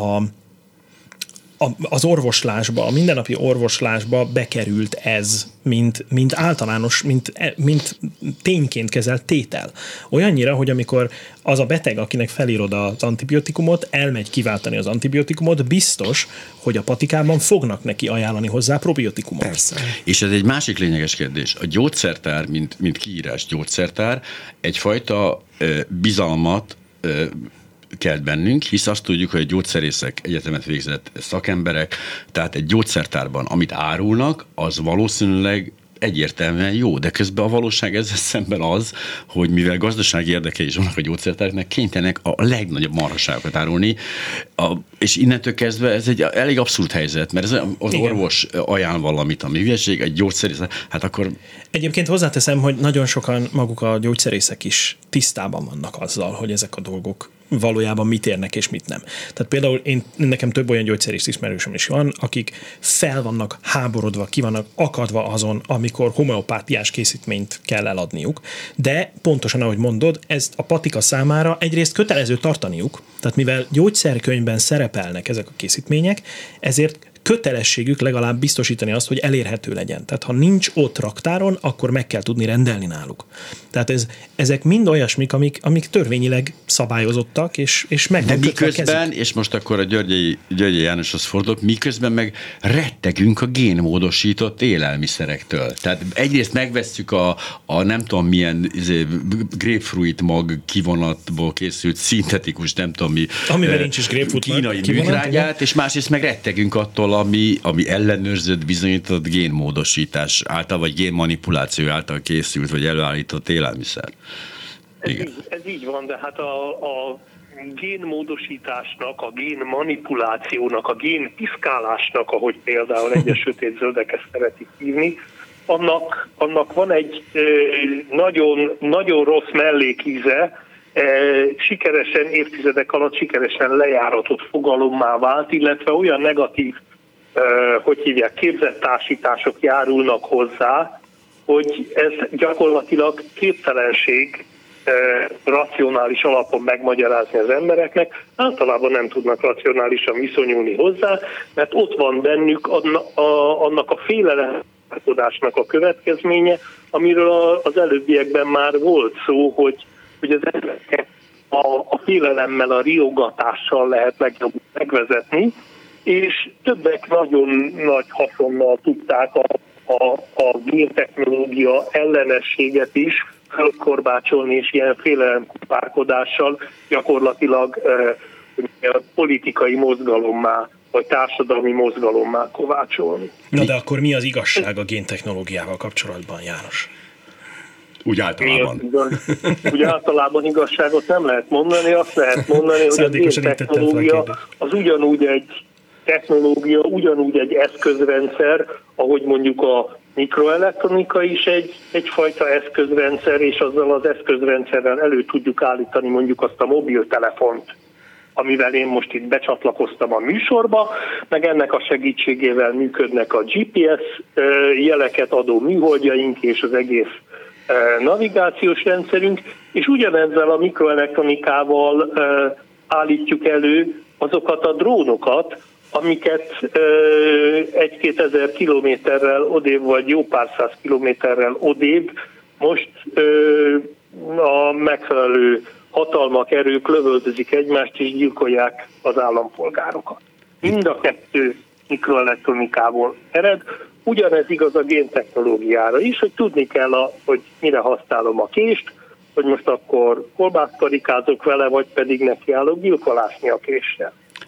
Speaker 3: az orvoslásba, a mindennapi orvoslásba bekerült ez, mint általános, mint tényként kezelt tétel. Olyannyira, hogy amikor az a beteg, akinek felírod az antibiotikumot, elmegy kiváltani az antibiotikumot, biztos, hogy a patikában fognak neki ajánlani hozzá probiotikumot.
Speaker 6: Persze.
Speaker 2: És ez egy másik lényeges kérdés. A gyógyszertár, mint kiírás gyógyszertár, egyfajta bizalmat kelt bennünk, hisz azt tudjuk, hogy a gyógyszerészek egyetemet végzett szakemberek, tehát egy gyógyszertárban, amit árulnak, az valószínűleg egyértelműen jó, de közben a valóság ezzel szemben az, hogy mivel gazdasági érdekei is vannak a gyógyszertáraknak, kénytelenek a legnagyobb marhaságokat árulni, és innentől kezdve ez egy elég abszurd helyzet, mert az orvos ajánl valamit, ami hülyeség, egy gyógyszerész, hát akkor... Egyébként
Speaker 3: hozzáteszem, hogy nagyon sokan maguk a gyógyszerészek is tisztában vannak azzal, hogy ezek a dolgok valójában mit érnek és mit nem. Tehát például nekem több olyan gyógyszerész ismerősöm is van, akik fel vannak háborodva, ki vannak akadva azon, amikor homeopátiás készítményt kell eladniuk, de pontosan ahogy mondod, ezt a patika számára egyrészt kötelező tartaniuk, tehát mivel gyógyszerkönyvben szerepelnek ezek a készítmények, ezért kötelességük legalább biztosítani azt, hogy elérhető legyen. Tehát ha nincs ott raktáron, akkor meg kell tudni rendelni náluk. Tehát ezek mind olyasmik, amik törvényileg szabályozottak, és meg
Speaker 2: de miközben, és most akkor a Györgyi Jánoshoz fordulok, miközben meg rettegünk a génmódosított élelmiszerektől. Tehát egyrészt megvesszük a nem tudom milyen grapefruit mag kivonatból készült szintetikus, nem tudom mi,
Speaker 3: amivel nincs is grapefruit
Speaker 2: kínai műtrágyát, és másrészt meg rettegünk attól, ami ellenőrzött, bizonyított génmódosítás által, vagy génmanipuláció által készült, vagy előállított élelmiszer.
Speaker 4: Ez így van, de hát a génmódosításnak, a génmanipulációnak, a génpiszkálásnak, ahogy például egyes sötétzöldek ezt szeretik hívni, annak van egy nagyon, nagyon rossz mellékíze, sikeresen, évtizedek alatt sikeresen lejáratott fogalommá vált, illetve olyan negatív, képzettársítások járulnak hozzá, hogy ez gyakorlatilag képtelenség racionális alapon megmagyarázni az embereknek, általában nem tudnak racionálisan viszonyulni hozzá, mert ott van bennük annak a félelemkodásnak a következménye, amiről az előbbiekben már volt szó, hogy az embereket a félelemmel, a riogatással lehet legjobban megvezetni, és többek nagyon nagy haszonnal tudták a géntechnológia ellenességet is felkorbácsolni, és ilyen félelemkupárkodással gyakorlatilag politikai mozgalommá, vagy társadalmi mozgalommá kovácsolni.
Speaker 3: Na de akkor mi az igazság a géntechnológiával kapcsolatban, János?
Speaker 2: Úgy általában.
Speaker 4: Úgy általában igazságot nem lehet mondani, azt lehet mondani, hogy a géntechnológia az ugyanúgy egy technológia, ugyanúgy egy eszközrendszer, ahogy mondjuk a mikroelektronika is egyfajta eszközrendszer, és azzal az eszközrendszerrel elő tudjuk állítani mondjuk azt a mobiltelefont, amivel én most itt becsatlakoztam a műsorba, meg ennek a segítségével működnek a GPS jeleket adó műholdjaink és az egész navigációs rendszerünk, és ugyanezzel a mikroelektronikával állítjuk elő azokat a drónokat, amiket 1-2 ezer kilométerrel odébb, vagy jó pár száz kilométerrel odébb most a megfelelő hatalmak, erők lövöldözik egymást, és gyilkolják az állampolgárokat. Mind a kettő mikroelektronikából ered. Ugyanez igaz a géntechnológiára is, hogy tudni kell, hogy mire használom a kést, hogy most akkor kolbászkarikázok vele, vagy pedig nekiállok gyilkolásni a késsel.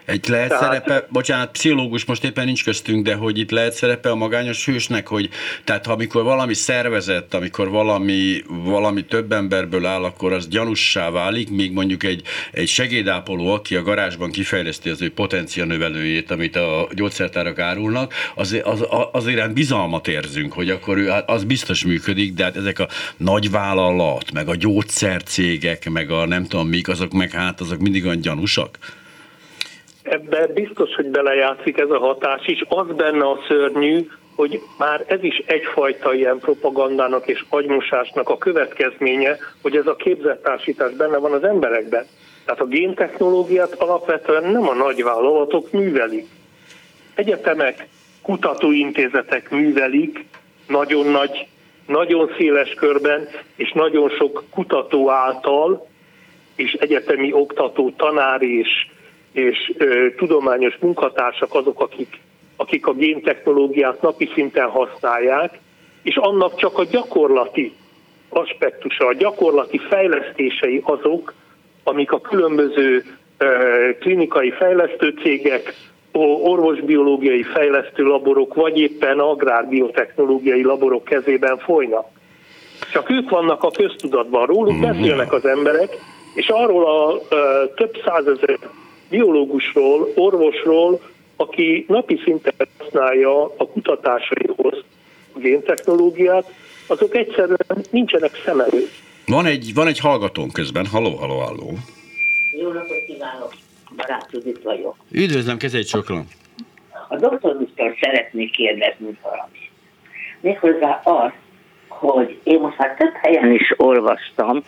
Speaker 2: Lehet szerepe, bocsánat, pszichológus most éppen nincs köztünk, de hogy itt lehet szerepe a magányos hősnek, hogy tehát ha amikor valami szervezett, amikor valami több emberből áll, akkor az gyanussá válik, míg mondjuk egy segédápoló, aki a garázsban kifejleszti az ő potencia növelőjét, amit a gyógyszertárak árulnak, az iránt bizalmat érzünk, hogy akkor az biztos működik, de hát ezek a nagyvállalat, meg a gyógyszercégek, meg a nem tudom mik, azok mindig olyan gyanúsak?
Speaker 4: Ebben biztos, hogy belejátszik ez a hatás is. Az benne a szörnyű, hogy már ez is egyfajta ilyen propagandának és agymosásnak a következménye, hogy ez a képzettársítás benne van az emberekben. Tehát a géntechnológiát alapvetően nem a nagyvállalatok művelik. Egyetemek, kutatóintézetek művelik nagyon nagy, nagyon széles körben, és nagyon sok kutató által, és egyetemi oktató, tanár és tudományos munkatársak azok, akik a géntechnológiát napi szinten használják, és annak csak a gyakorlati aspektusa, a gyakorlati fejlesztései azok, amik a különböző klinikai fejlesztőcégek, orvosbiológiai fejlesztő laborok, vagy éppen agrárbiotechnológiai laborok kezében folynak. Csak ők vannak a köztudatban, róluk beszélnek az emberek, és arról a több százezer biológusról, orvosról, aki napi szinten használja a kutatásaihoz a géntechnológiát, azok egyszerűen nincsenek szem előtt.
Speaker 2: Van egy hallgatón közben. Halló.
Speaker 8: Jó napot kívánok, Barát Judit vagyok.
Speaker 2: Üdvözlöm, kezelj csokron.
Speaker 8: A doktorustól szeretnék kérdezni valamit. Méghozzá az, hogy én most már több helyen is olvastam,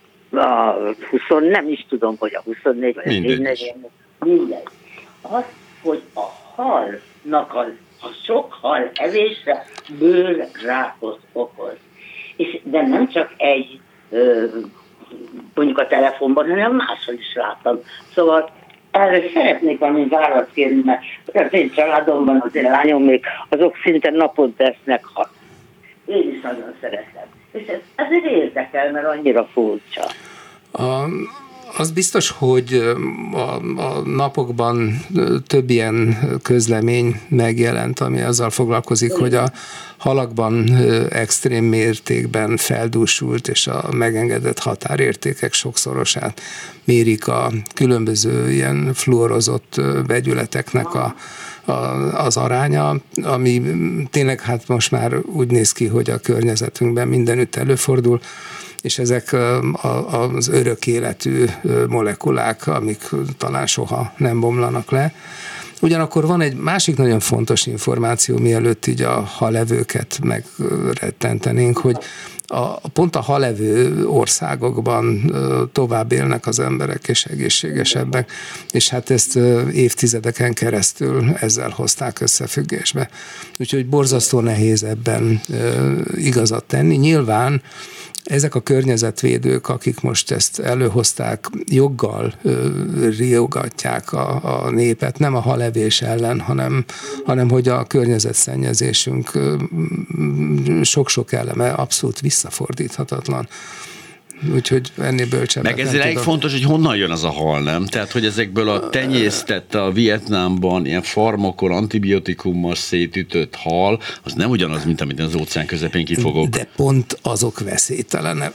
Speaker 8: nem is tudom, hogy a 24 vagy a 24, mindegy. Az, hogy a halnak a sok hal evésre bőrrákot okoz. De nem csak egy, mondjuk a telefonban, hanem máshol is láttam. Szóval erre szeretnék valami választ kérni, mert az én családomban, az én lányom még, azok szinte naponta esznek halat. Én is nagyon szeretem. És ez azért érdekel, mert annyira furcsa.
Speaker 6: Az biztos, hogy a napokban több ilyen közlemény megjelent, ami azzal foglalkozik, hogy a halakban extrém mértékben feldúsult, és a megengedett határértékek sokszorosát mérik a különböző ilyen fluorozott vegyületeknek az aránya, ami tényleg hát most már úgy néz ki, hogy a környezetünkben mindenütt előfordul, és ezek az örök életű molekulák, amik talán soha nem bomlanak le. Ugyanakkor van egy másik nagyon fontos információ, mielőtt így a halevőket megrettentenénk, hogy pont a halevő országokban tovább élnek az emberek, és egészségesebbek, és hát ezt évtizedeken keresztül ezzel hozták összefüggésbe. Úgyhogy borzasztó nehéz ebben igazat tenni. Nyilván ezek a környezetvédők, akik most ezt előhozták, joggal riogatják a népet, nem a halevés ellen, hanem hogy a környezetszennyezésünk sok-sok eleme abszolút visszafordíthatatlan. Úgyhogy ennél bölcsebbet
Speaker 2: meg ez elég fontos, hogy honnan jön az a hal, nem? Tehát, hogy ezekből a tenyésztett a Vietnámban ilyen farmakon, antibiotikummal szétütött hal, az nem ugyanaz, mint amit az óceán közepén kifogok.
Speaker 6: De pont azok veszélytelenek.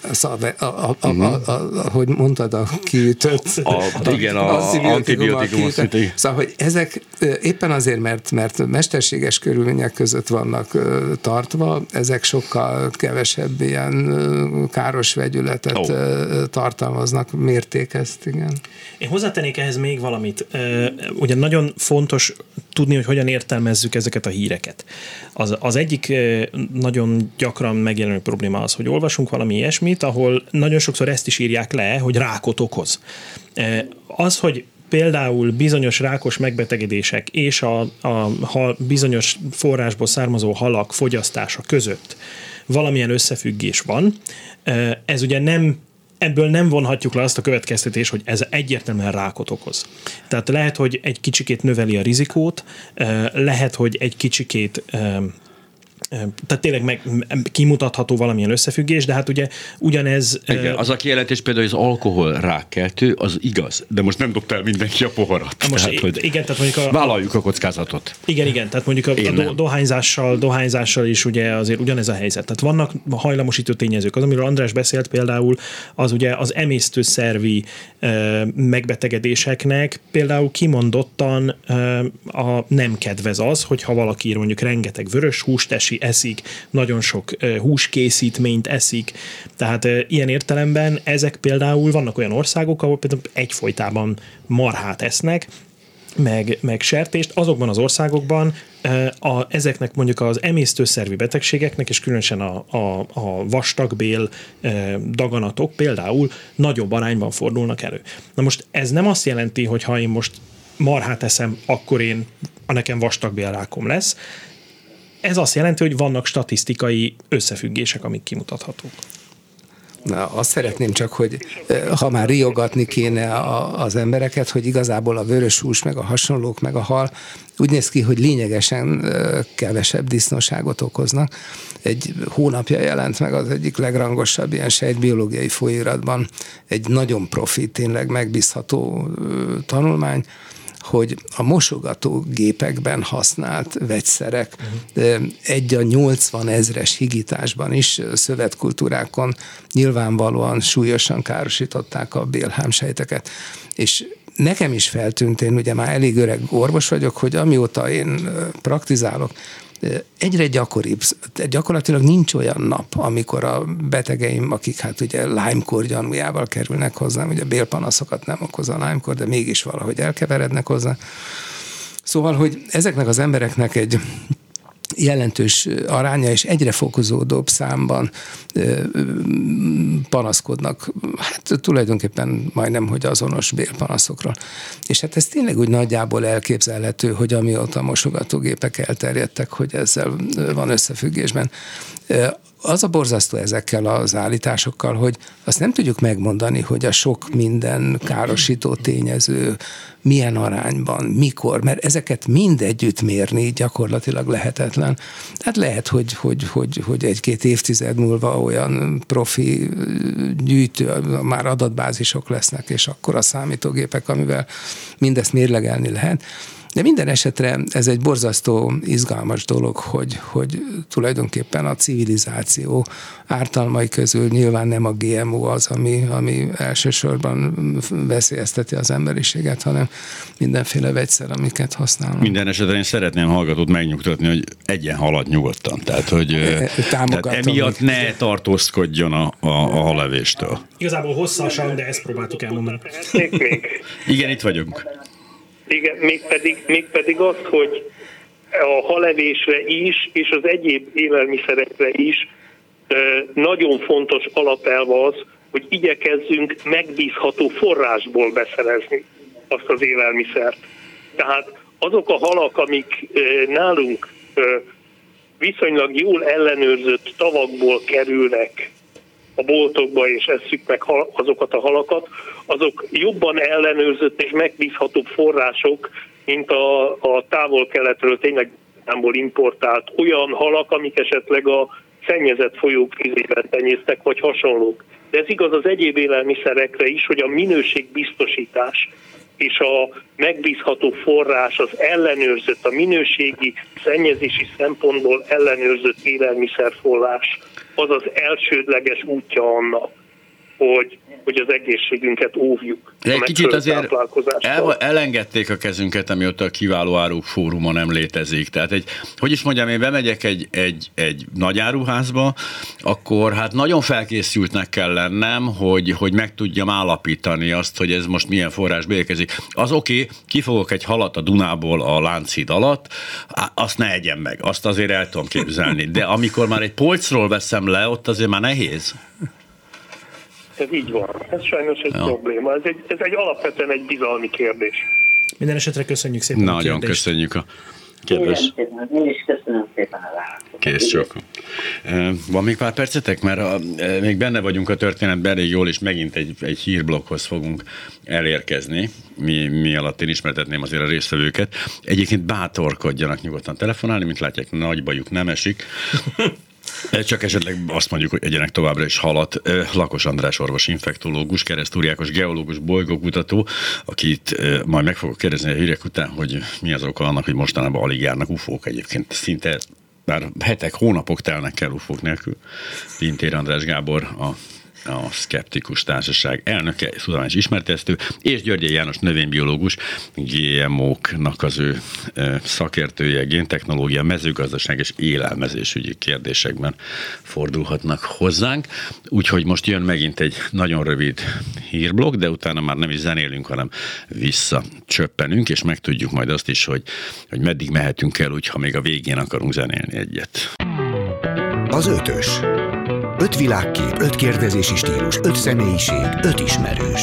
Speaker 6: Hogy mondtad, a kiütött...
Speaker 2: Igen, az antibiotikum.
Speaker 6: Szóval, hogy ezek éppen azért, mert mesterséges körülmények között vannak tartva, ezek sokkal kevesebb ilyen káros vegyületet tartalmaznak, mérték ezt, igen.
Speaker 3: Én hozzátennék ehhez még valamit. Ugye nagyon fontos tudni, hogy hogyan értelmezzük ezeket a híreket. Az egyik nagyon gyakran megjelenő probléma az, hogy olvasunk valami ilyesmit, ahol nagyon sokszor ezt is írják le, hogy rákot okoz. Az, hogy például bizonyos rákos megbetegedések és a bizonyos forrásból származó halak fogyasztása között valamilyen összefüggés van, ez ugye ebből nem vonhatjuk le azt a következtetést, hogy ez egyértelműen rákot okoz. Tehát lehet, hogy egy kicsikét növeli a rizikót, lehet, hogy egy kicsikét tehát tényleg kimutatható valamilyen összefüggés, de hát ugye ugyanez...
Speaker 2: Igen, az a kijelentés például, hogy az alkohol rákkeltő, az igaz, de most nem dobta el mindenki a poharat.
Speaker 3: Most
Speaker 2: tehát,
Speaker 3: igen, tehát mondjuk
Speaker 2: vállaljuk a kockázatot.
Speaker 3: Igen, tehát mondjuk a dohányzással is ugye azért ugyanez a helyzet. Tehát vannak hajlamosító tényezők. Az, amiről András beszélt például, az ugye az emésztőszervi megbetegedéseknek például kimondottan nem kedvez az, hogyha valaki mondjuk rengeteg vörös húst eszik, nagyon sok húskészítményt eszik. Tehát ilyen értelemben ezek például vannak olyan országok, ahol például egyfolytában marhát esznek, meg sertést, azokban az országokban ezeknek mondjuk az emésztőszervi betegségeknek, és különösen a vastagbél daganatok például nagyobb arányban fordulnak elő. Na most ez nem azt jelenti, hogy ha én most marhát eszem, akkor nekem vastagbélrákom lesz. Ez azt jelenti, hogy vannak statisztikai összefüggések, amik kimutathatók.
Speaker 6: Na, azt szeretném csak, hogy ha már riogatni kéne az embereket, hogy igazából a vörös hús, meg a hasonlók, meg a hal úgy néz ki, hogy lényegesen kevesebb disznóságot okoznak. Egy hónapja jelent meg az egyik legrangosabb ilyen sejtbiológiai folyóiratban egy nagyon profi, tényleg megbízható tanulmány, hogy a mosogatógépekben használt vegyszerek 1/80 000 higításban is szövetkultúrákon nyilvánvalóan súlyosan károsították a bélhámsejteket. És nekem is feltűnt, én ugye már elég öreg orvos vagyok, hogy amióta én praktizálok, egyre gyakoribb, gyakorlatilag nincs olyan nap, amikor a betegeim, akik hát ugye Lyme-kór gyanújával kerülnek hozzám, ugye bélpanaszokat nem okoz a Lyme-kór, de mégis valahogy elkeverednek hozzá. Szóval, hogy ezeknek az embereknek egy jelentős aránya és egyre fokozódóbb számban panaszkodnak, hát tulajdonképpen majdnem, hogy azonos bélpanaszokról. És hát ez tényleg úgy nagyjából elképzelhető, hogy amióta a mosogatógépek elterjedtek, hogy ezzel van összefüggésben. Az a borzasztó ezekkel az állításokkal, hogy azt nem tudjuk megmondani, hogy a sok minden károsító tényező milyen arányban, mikor, mert ezeket mind együtt mérni gyakorlatilag lehetetlen. Hát lehet, hogy egy-két évtized múlva olyan profi gyűjtő, már adatbázisok lesznek, és akkor a számítógépek, amivel mindezt mérlegelni lehet. De minden esetre ez egy borzasztó izgalmas dolog, hogy tulajdonképpen a civilizáció ártalmai közül nyilván nem a GMO az, ami elsősorban veszélyezteti az emberiséget, hanem mindenféle vegyszer, amiket használnak.
Speaker 2: Minden esetre én szeretném hallgatót megnyugtatni, hogy egyen halad nyugodtan. Tehát, hogy tehát emiatt ne tartózkodjon a hallevéstől.
Speaker 3: Igazából hosszasan, de ezt próbáltuk elmondani.
Speaker 2: Igen, itt vagyunk.
Speaker 4: Igen, mégpedig az, hogy a halevésre is, és az egyéb élelmiszerekre is nagyon fontos alapelv az, hogy igyekezzünk megbízható forrásból beszerezni azt az élelmiszert. Tehát azok a halak, amik nálunk viszonylag jól ellenőrzött tavakból kerülnek a boltokba, és esszük meg azokat a halakat, azok jobban ellenőrzött és megbízhatóbb források, mint a távol-keletről tényleg importált olyan halak, amik esetleg a szennyezett folyók vizében tenyésztek, vagy hasonlók. De ez igaz az egyéb élelmiszerekre is, hogy a minőségbiztosítás és a megbízható forrás, az ellenőrzött, a minőségi szennyezési szempontból ellenőrzött élelmiszerforrás, az az elsődleges útja annak, hogy az egészségünket óvjuk.
Speaker 2: Egy kicsit azért elengedték a kezünket, amióta a Kiváló Áruk Fóruma nem létezik. Tehát hogy is mondjam, én bemegyek egy nagy áruházba, akkor hát nagyon felkészültnek kell lennem, hogy meg tudjam állapítani azt, hogy ez most milyen forrásból érkezik. Az oké, kifogok egy halat a Dunából a Lánchíd alatt, azt ne egyen meg, azt azért el tudom képzelni. De amikor már egy polcról veszem le, ott azért már nehéz.
Speaker 4: Ez így van. Ez sajnos egy probléma. Ez egy alapvetően egy bizalmi kérdés.
Speaker 3: Minden esetre köszönjük szépen
Speaker 2: a kérdést. Nagyon köszönjük a kérdést.
Speaker 8: Én is köszönöm szépen a választ.
Speaker 2: Kész csak. Van még pár percetek? Mert még benne vagyunk a történetben elég jól, és megint egy hírblokkhoz fogunk elérkezni, mi alatt én ismertetném azért a résztvevőket. Egyébként bátorkodjanak nyugodtan telefonálni, mint látják, nagy bajuk nem esik. Csak esetleg azt mondjuk, hogy egyenek továbbra is halat. Lakos András orvos, infektológus, Keresztúri Ákos geológus, bolygókutató, akit majd meg fogok kérdezni a hírek után, hogy mi az oka annak, hogy mostanában alig járnak ufók egyébként. Szinte bár hetek, hónapok telnek el ufók nélkül. Pintér András Gábor, a Szkeptikus Társaság elnöke, tudományos ismertesztő, és Györgyi János növénybiológus, GMO-knak az ő szakértője, géntechnológia, mezőgazdaság és élelmezésügyi kérdésekben fordulhatnak hozzánk. Úgyhogy most jön megint egy nagyon rövid hírblokk, de utána már nem is zenélünk, hanem visszacsöppenünk, és megtudjuk majd azt is, hogy meddig mehetünk el, úgyha még a végén akarunk zenélni egyet.
Speaker 7: Az ötös. 5 világkép, 5 kérdezési stílus, 5 személyiség, 5 ismerős.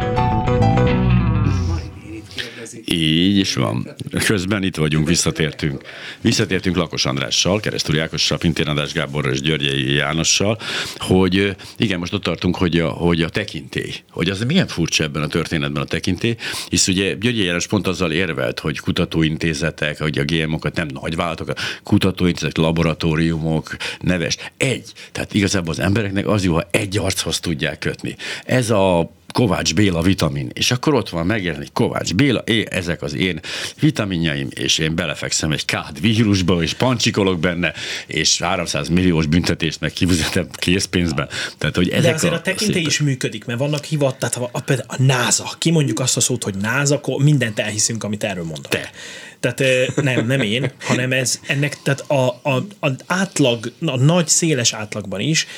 Speaker 2: Így is van. Közben itt vagyunk, visszatértünk Lakos Andrással, Keresztúri Ákossal, Pintér András Gáborral és Györgyi Jánossal, hogy igen, most ott tartunk, hogy a tekintély, hogy az milyen furcsa ebben a történetben a tekintély, hisz ugye Györgyi János pont azzal érvelt, hogy kutatóintézetek, hogy a GMO-kat nem nagyvállalatok, a kutatóintézetek, laboratóriumok, neves, tehát igazából az embereknek az jó, ha egy archoz tudják kötni. Ez a Kovács Béla vitamin, és akkor ott van, megjelenik Kovács Béla, ezek az én vitaminjaim, és én belefekszem egy kád vírusba, és pancsikolok benne, és 300 milliós büntetést meg kifizetem készpénzben. Tehát, hogy ezek
Speaker 3: de azért a tekintély is működik, mert vannak tehát például a NASA, kimondjuk azt a szót, hogy NASA, akkor mindent elhiszünk, amit erről mondok. Tehát nem én, hanem ennek, tehát az átlag, a nagy, széles átlagban is,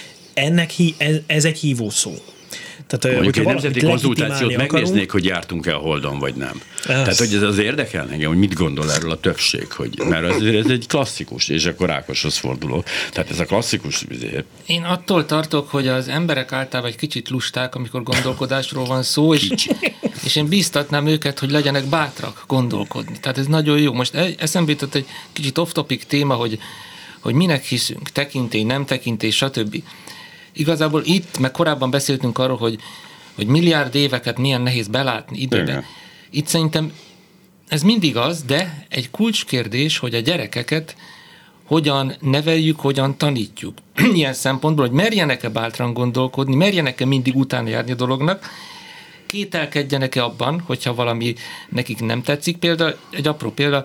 Speaker 3: ez egy hívószó.
Speaker 2: Tehát, mondjuk egy nemzeti konzultációt megnéznék, hogy jártunk-e a Holdon, vagy nem. Tehát, hogy ez az érdekel engem, hogy mit gondol erről a többség, mert ez egy klasszikus, és akkor Ákoshoz fordulok. Tehát ez a klasszikus...
Speaker 5: Én attól tartok, hogy az emberek általában egy kicsit lusták, amikor gondolkodásról van szó, és én bíztatnám őket, hogy legyenek bátrak gondolkodni. Tehát ez nagyon jó. Most eszembe jutott egy kicsit off-topic téma, hogy minek hiszünk, tekintély, nem tekintély, stb. Igazából itt, meg korábban beszéltünk arról, hogy milliárd éveket milyen nehéz belátni időben. Igen. Itt szerintem ez mindig az, de egy kulcskérdés, hogy a gyerekeket hogyan neveljük, hogyan tanítjuk. Ilyen szempontból, hogy merjenek-e bátran gondolkodni, merjenek-e mindig utána járni a dolognak, kételkedjenek-e abban, hogyha valami nekik nem tetszik. Például, egy apró példa,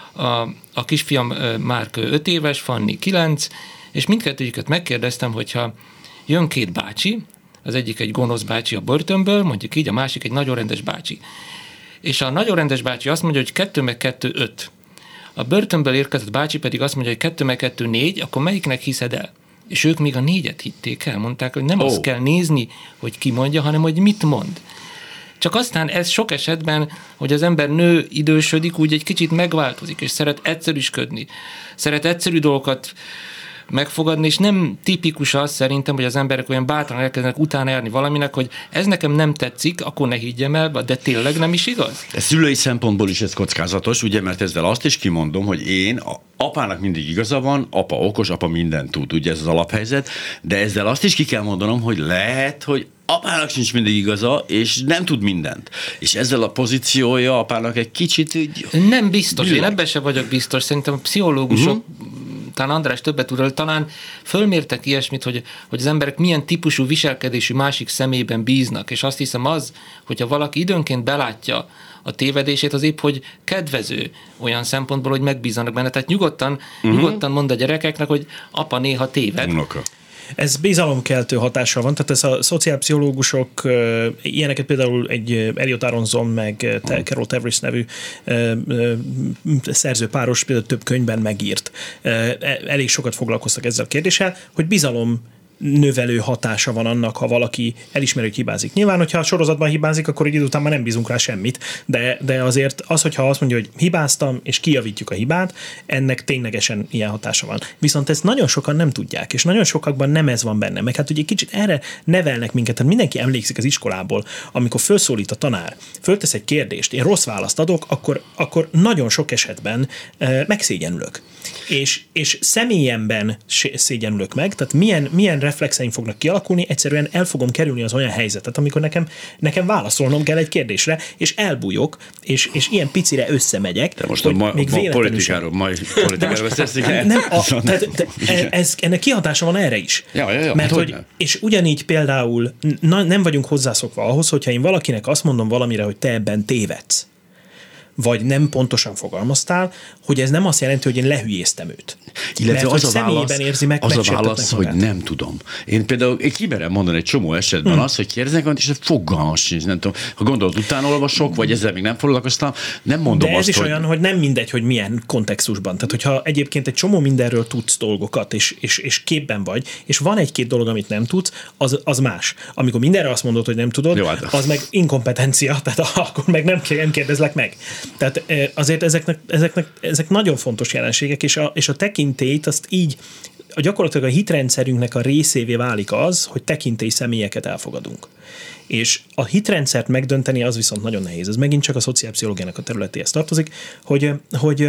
Speaker 5: a kisfiam Márk 5 éves, Fanni 9, és mindkettőjüket megkérdeztem, hogyha jön két bácsi, az egyik egy gonosz bácsi a börtönből, mondjuk így, a másik egy nagyon rendes bácsi. És a nagyon rendes bácsi azt mondja, hogy 2 meg 2 5. A börtönből érkezett bácsi pedig azt mondja, hogy 2 meg 2 4, akkor melyiknek hiszed el? És ők még a 4-et hitték el, mondták, hogy nem azt kell nézni, hogy ki mondja, hanem hogy mit mond. Csak aztán ez sok esetben, hogy az ember nő, idősödik, úgy egy kicsit megváltozik, és szeret egyszerűsködni, szeret egyszerű dolgokat megfogadni, és nem tipikus az szerintem, hogy az emberek olyan bátran elkezdenek utána járni valaminek, hogy ez nekem nem tetszik, akkor ne higgyem el, de tényleg nem is igaz?
Speaker 2: Szülői szempontból is ez kockázatos, ugye, mert ezzel azt is kimondom, hogy apának mindig igaza van, apa okos, apa mindent tud, ugye ez az alaphelyzet, de ezzel azt is ki kell mondanom, hogy lehet, hogy apának sincs mindig igaza, és nem tud mindent. És ezzel a pozíciója apának egy kicsit így...
Speaker 5: Nem biztos, én ebben sem vagyok biztos. Szerintem a pszichológusok, talán András többet tud, talán fölmértek ilyesmit, hogy az emberek milyen típusú viselkedésű másik szemében bíznak, és azt hiszem az, hogyha valaki időnként belátja a tévedését, az épp, hogy kedvező olyan szempontból, hogy megbízzanak benne. Tehát nyugodtan mond a gyerekeknek, hogy apa néha téved.
Speaker 2: Unoka.
Speaker 3: Ez bizalomkeltő hatással van, tehát ez a szociálpszichológusok, ilyeneket például egy Elliot Aronson meg Carol Tavris nevű szerzőpáros például több könyvben megírt. Elég sokat foglalkoztak ezzel a kérdéssel, hogy bizalom növelő hatása van annak, ha valaki elismeri, hogy hibázik. Nyilván, hogyha a sorozatban hibázik, akkor egy idő után már nem bízunk rá semmit, de azért az, hogyha azt mondja, hogy hibáztam, és kijavítjuk a hibát, ennek ténylegesen ilyen hatása van. Viszont ezt nagyon sokan nem tudják, és nagyon sokakban nem ez van benne. Meg hát ugye kicsit erre nevelnek minket, tehát mindenki emlékszik az iskolából, amikor felszólít a tanár, föltesz egy kérdést, én rossz választ adok, akkor nagyon sok esetben megszégyenülök. És személyemben szégyenülök meg, tehát milyen reflexeim fognak kialakulni, egyszerűen el fogom kerülni az olyan helyzetet, amikor nekem válaszolnom kell egy kérdésre, és elbújok, és ilyen picire összemegyek.
Speaker 2: De most még politikáról beszélsz,
Speaker 3: ennek kihatása van erre is.
Speaker 2: Ja,
Speaker 3: mert hogy, és ugyanígy például nem vagyunk hozzászokva ahhoz, hogyha én valakinek azt mondom valamire, hogy te ebben tévedsz, vagy nem pontosan fogalmaztál, hogy ez nem azt jelenti, hogy én lehülyéztem őt.
Speaker 2: Illetve
Speaker 3: mert
Speaker 2: az a válasz, hogy nem tudom. Én például kimerem mondani egy csomó esetben azt, hogy kérdeznek, és fogalmas sincs, nem tudom. Ha gondolod, utána olvasok, vagy ezzel még nem foglalkoztam, nem mondom
Speaker 3: de ez
Speaker 2: azt,
Speaker 3: is olyan, hogy nem mindegy, hogy milyen kontextusban. Tehát, hogyha egyébként egy csomó mindenről tudsz dolgokat, és képben vagy, és van egy-két dolog, amit nem tudsz, az más. Amikor mindenre azt mondod, hogy nem tudod, jó, az meg inkompetencia, tehát akkor meg nem kérdezlek meg. Tehát azért ezek nagyon fontos jelenségek, és a tekintélyt azt így, gyakorlatilag a hitrendszerünknek a részévé válik az, hogy tekintély személyeket elfogadunk. És a hitrendszert megdönteni az viszont nagyon nehéz. Ez megint csak a szociálpszichológiának a területéhez tartozik, hogy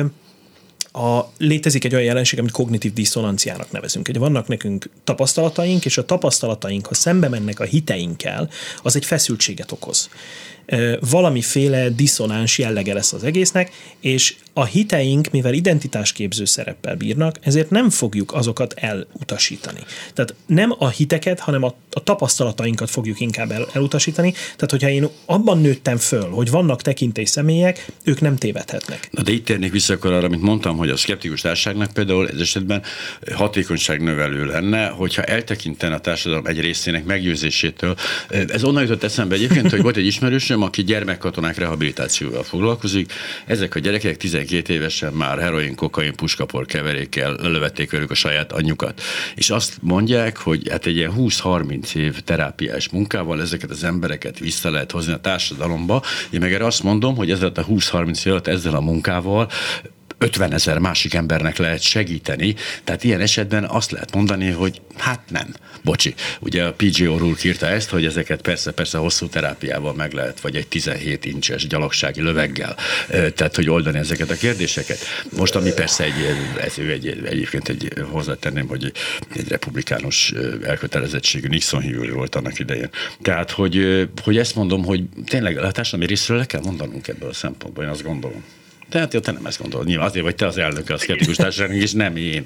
Speaker 3: létezik egy olyan jelenség, amit kognitív diszonanciának nevezünk. Ugye vannak nekünk tapasztalataink, és a tapasztalataink, ha szembe mennek a hiteinkkel, az egy feszültséget okoz. Valamiféle diszonáns jellege lesz az egésznek, és a hiteink, mivel identitásképző szereppel bírnak, ezért nem fogjuk azokat elutasítani. Tehát nem a hiteket, hanem a tapasztalatainkat fogjuk inkább elutasítani. Tehát, hogyha én abban nőttem föl, hogy vannak tekintély személyek, ők nem tévedhetnek.
Speaker 2: Na de itt térnék vissza akkor arra, amit mondtam, hogy a szkeptikus társaságnak például ez esetben hatékonyságnövelő lenne, hogyha eltekintene a társadalom egy részének meggyőzésétől. Ez onnan jutott eszembe egyébként, hogy volt egy ismerősöm, aki gyermekkatonák rehabilitációval foglalkozik. Ezek a gyerekek 12 évesen már heroin, kokain, puskapor keverékkel lelövették velük a saját anyjukat. És azt mondják, hogy hát egy ilyen 20-30 év terápiás munkával ezeket az embereket vissza lehet hozni a társadalomba. Én meg erre azt mondom, hogy ezzel a 20-30 év alatt ezzel a munkával 50 000 másik embernek lehet segíteni, tehát ilyen esetben azt lehet mondani, hogy hát nem. Bocsi. Ugye a P.J. O'Rourke írta ezt, hogy ezeket persze hosszú terápiával meg lehet, vagy egy 17 incses gyalogsági löveggel, tehát hogy oldani ezeket a kérdéseket. Most ami persze egyébként hozzátenném, hogy egy republikánus elkötelezettségű Nixon hívő volt annak idején. Tehát, hogy ezt mondom, hogy tényleg a társadalmi részről le kell mondanunk ebből a szempontból, én azt gondolom. Tehát te nem ezt gondolod. Nyilván azért vagy te az elnöke a szkeptikus társaságnak, és nem én.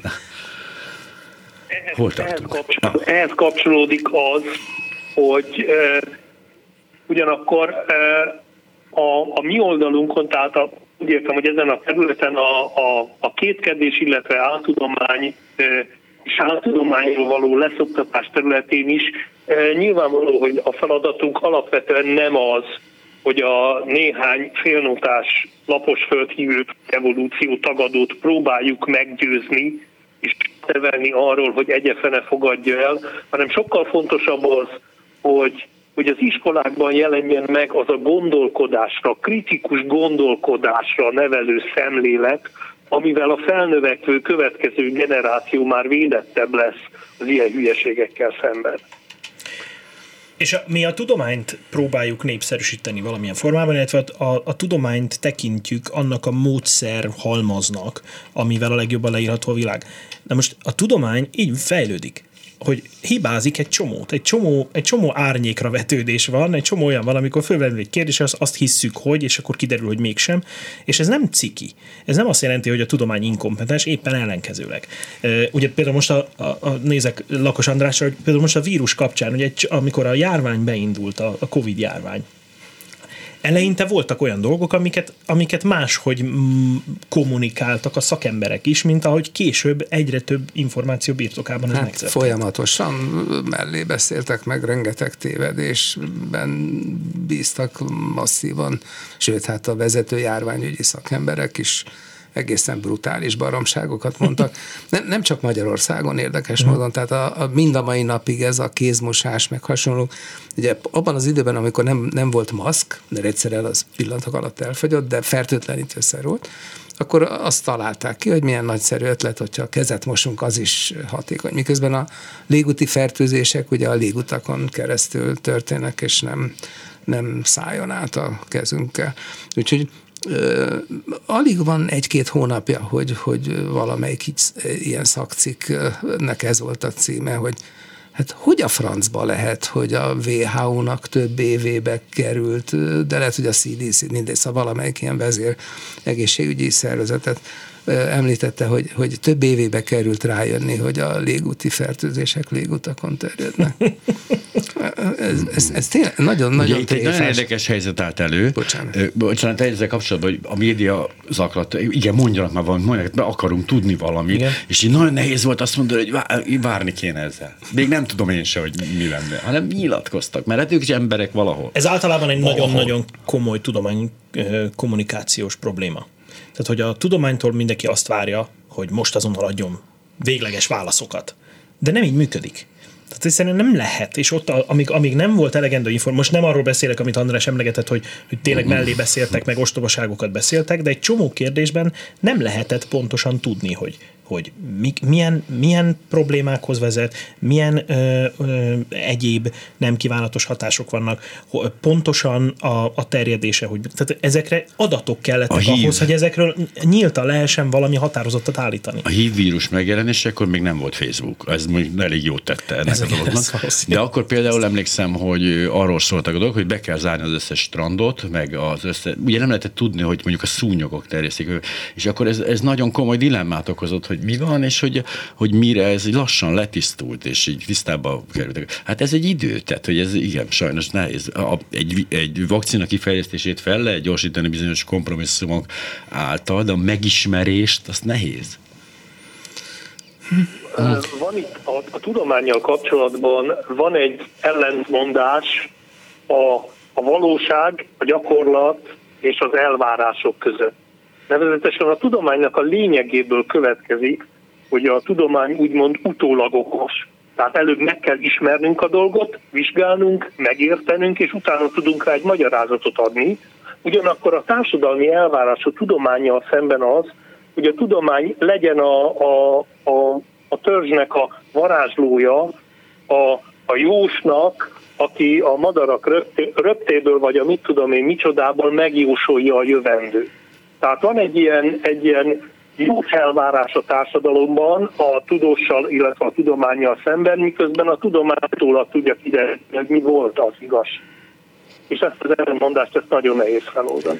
Speaker 2: Hol tartunk?
Speaker 4: Ehhez kapcsolódik az, hogy ugyanakkor a mi oldalunkon, tehát úgy értem, hogy ezen a területen a kétkedés, illetve áltudomány és áltudományról való leszoktatás területén is nyilvánvaló, hogy a feladatunk alapvetően nem az, hogy a néhány félnotás lapos földhívő evolúció tagadót próbáljuk meggyőzni, és nevelni arról, hogy egyefene fogadja el, hanem sokkal fontosabb az, hogy az iskolákban jelenjen meg az a gondolkodásra, kritikus gondolkodásra nevelő szemlélet, amivel a felnövekvő következő generáció már védettebb lesz az ilyen hülyeségekkel szemben.
Speaker 3: És mi a tudományt próbáljuk népszerűsíteni valamilyen formában, illetve a tudományt tekintjük annak a módszer halmaznak, amivel a legjobban leírható a világ. De most a tudomány így fejlődik, hogy hibázik egy csomót. Egy csomó árnyékra vetődés van, egy csomó olyan van, amikor fölvetül egy kérdés, azt hisszük, hogy, és akkor kiderül, hogy mégsem. És ez nem ciki. Ez nem azt jelenti, hogy a tudomány inkompetens, éppen ellenkezőleg. Ugye például most nézek Lakos Andrásra, hogy például most a vírus kapcsán, ugye, amikor a járvány beindult, a Covid járvány, eleinte voltak olyan dolgok, amiket máshogy kommunikáltak a szakemberek is, mint ahogy később egyre több információ birtokában ez megtörtént.
Speaker 6: Folyamatosan mellé beszéltek meg, rengeteg tévedésben bíztak masszívan, sőt, hát a vezető járványügyi szakemberek is egészen brutális baromságokat mondtak. Nem csak Magyarországon érdekes módon, tehát mind a mai napig ez a kézmosás, meg hasonló. Ugye abban az időben, amikor nem volt maszk, mert egyszer az pillanatok alatt elfogyott, de fertőtlenítőszer volt, akkor azt találták ki, hogy milyen nagyszerű ötlet, hogyha a kezet mosunk, az is hatékony. Miközben a légúti fertőzések ugye a légutakon keresztül történnek, és nem szálljon át a kezünkkel. Úgyhogy alig van 1-2 hónapja, hogy valamelyik ilyen szakcikknek ez volt a címe, hogy hát hogy a francba lehet, hogy a WHO-nak több évébe került, de lehet, hogy a CDC, mindegy, szóval valamelyik ilyen vezér egészségügyi szervezetet említette, hogy több évébe került rájönni, hogy a légúti fertőzések légutakon terjednek. Ez tényleg nagyon
Speaker 2: tréfás. Nagyon érdekes helyzet állt elő. Bocsánat, ezzel kapcsolatban, hogy a média zaklat, igen, mondjanak már valamit, be akarunk tudni valamit, igen. És így nagyon nehéz volt azt mondani, hogy várni kéne ezzel. Még nem tudom én se, hogy mi lenne, hanem nyilatkoztak, mert hát ők is emberek valahol.
Speaker 3: Ez általában egy nagyon-nagyon komoly kommunikációs probléma. Tehát, hogy a tudománytól mindenki azt várja, hogy most azonnal adjon végleges válaszokat. De nem így működik. Tehát egyszerűen nem lehet, és ott, amíg nem volt elegendő információ, most nem arról beszélek, amit András emlegetett, hogy tényleg mellé beszéltek, meg ostobaságokat beszéltek, de egy csomó kérdésben nem lehetett pontosan tudni, hogy milyen problémákhoz vezet, milyen egyéb nem kívánatos hatások vannak, pontosan a terjedése, tehát ezekre adatok kellettek ahhoz, hogy ezekről nyíltan lehessen valami határozottat állítani.
Speaker 2: A HIV vírus megjelenésekor még nem volt Facebook, ez még elég jót tette ennek a dolognak. De akkor például emlékszem, hogy arról szóltak a dolgok, hogy be kell zárni az összes strandot, meg ugye nem lehetett tudni, hogy mondjuk a szúnyogok terjesztik, és akkor ez nagyon komoly dilemmát okozott, hogy mi van, és hogy mire ez lassan letisztult, és így tisztába kerültek. Hát ez egy idő, tehát hogy ez igen, sajnos nehéz. Egy vakcina kifejlesztését fel lehet gyorsítani bizonyos kompromisszumok által, de a megismerést, azt nehéz.
Speaker 4: Van itt a tudománnyal kapcsolatban van egy ellentmondás a valóság, a gyakorlat és az elvárások között. Nevezetesen a tudománynak a lényegéből következik, hogy a tudomány úgymond utólag okos. Tehát előbb meg kell ismernünk a dolgot, vizsgálnunk, megértenünk, és utána tudunk rá egy magyarázatot adni. Ugyanakkor a társadalmi elvárás a tudománnyal szemben az, hogy a tudomány legyen a törzsnek a varázslója, a jósnak, aki a madarak röptéből vagy a mit tudom én micsodából megjósolja a jövendőt. Tehát van egy ilyen jó elvárás a társadalomban a tudóssal, illetve a tudománnyal szemben, miközben a tudománytól tudja kiderülni, hogy mi volt az igaz. És ezt az ellenmondást nagyon nehéz feloldani.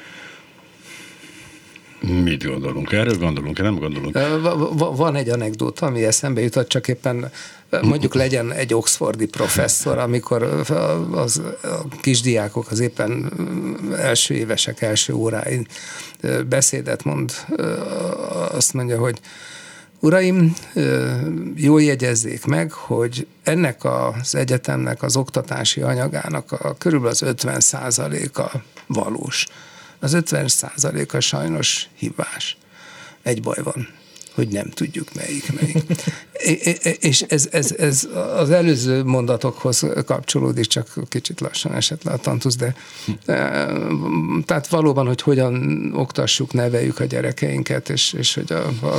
Speaker 2: Mit gondolunk? Erről gondolunk? Nem gondolunk?
Speaker 6: Van egy anekdóta, ami eszembe jutott, csak éppen mondjuk legyen egy oxfordi professzor, amikor a kisdiákok az éppen első évesek első óráin beszédet mond, azt mondja, hogy uraim, jól jegyezzék meg, hogy ennek az egyetemnek az oktatási anyagának körülbelül az 50%-a valós. Az 50%-a sajnos hibás. Egy baj van, hogy nem tudjuk melyik. És ez az előző mondatokhoz kapcsolódik, csak kicsit lassan esett le a tantusz, de tehát valóban, hogy hogyan oktassuk, neveljük a gyerekeinket, és hogy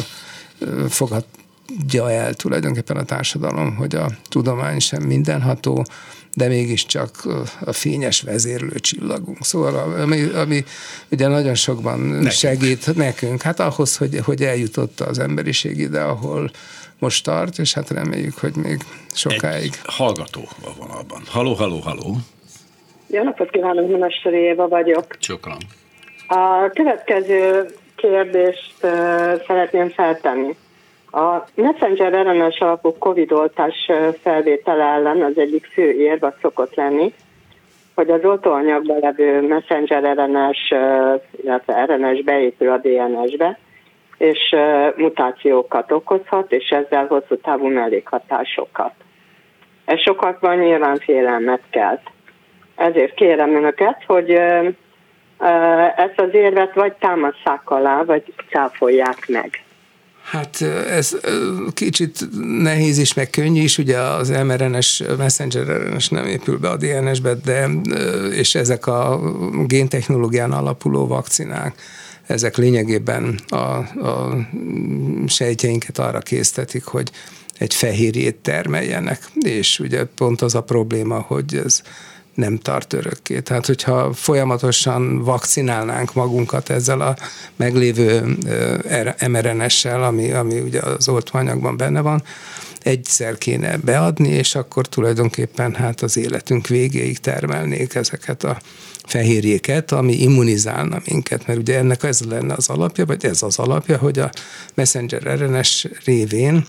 Speaker 6: fogadja el tulajdonképpen a társadalom, hogy a tudomány sem mindenható, de mégiscsak a fényes vezérlő csillagunk. Szóval, ami ugye nagyon sokban segít nekünk, hát ahhoz, hogy eljutott az emberiség ide, ahol most tart, és hát reméljük, hogy még sokáig.
Speaker 2: Egy hallgató a vonalban. Halló.
Speaker 9: Jó napot kívánok, Nemesseri Éva vagyok.
Speaker 2: Csokran.
Speaker 9: A következő kérdést szeretném feltenni. A messenger RNS alapú Covid-oltás felvétele ellen az egyik fő érv az szokott lenni, hogy az oltóanyagban levő messenger RNS, illetve RNS beépül a DNS-be, és mutációkat okozhat, és ezzel hosszú távú mellékhatásokat. Ez sokakban nyilván félelmet kelt. Ezért kérem önöket, hogy ezt az érvet vagy támasszák alá, vagy cáfolják meg.
Speaker 6: Hát ez kicsit nehéz is, meg könnyű is, ugye az mRNA-s, messenger RNA-s nem épül be a DNS-be, és ezek a géntechnológián alapuló vakcinák, ezek lényegében a sejtjeinket arra késztetik, hogy egy fehérjét termeljenek, és ugye pont az a probléma, hogy ez nem tart örökké. Tehát, hogyha folyamatosan vakcinálnánk magunkat ezzel a meglévő mRNS-sel, ami ugye az oltóanyagban benne van, egyszer kéne beadni, és akkor tulajdonképpen hát az életünk végéig termelnék ezeket a fehérjéket, ami immunizálna minket, mert ugye ennek ez lenne az alapja, vagy ez az alapja, hogy a messenger RNS révén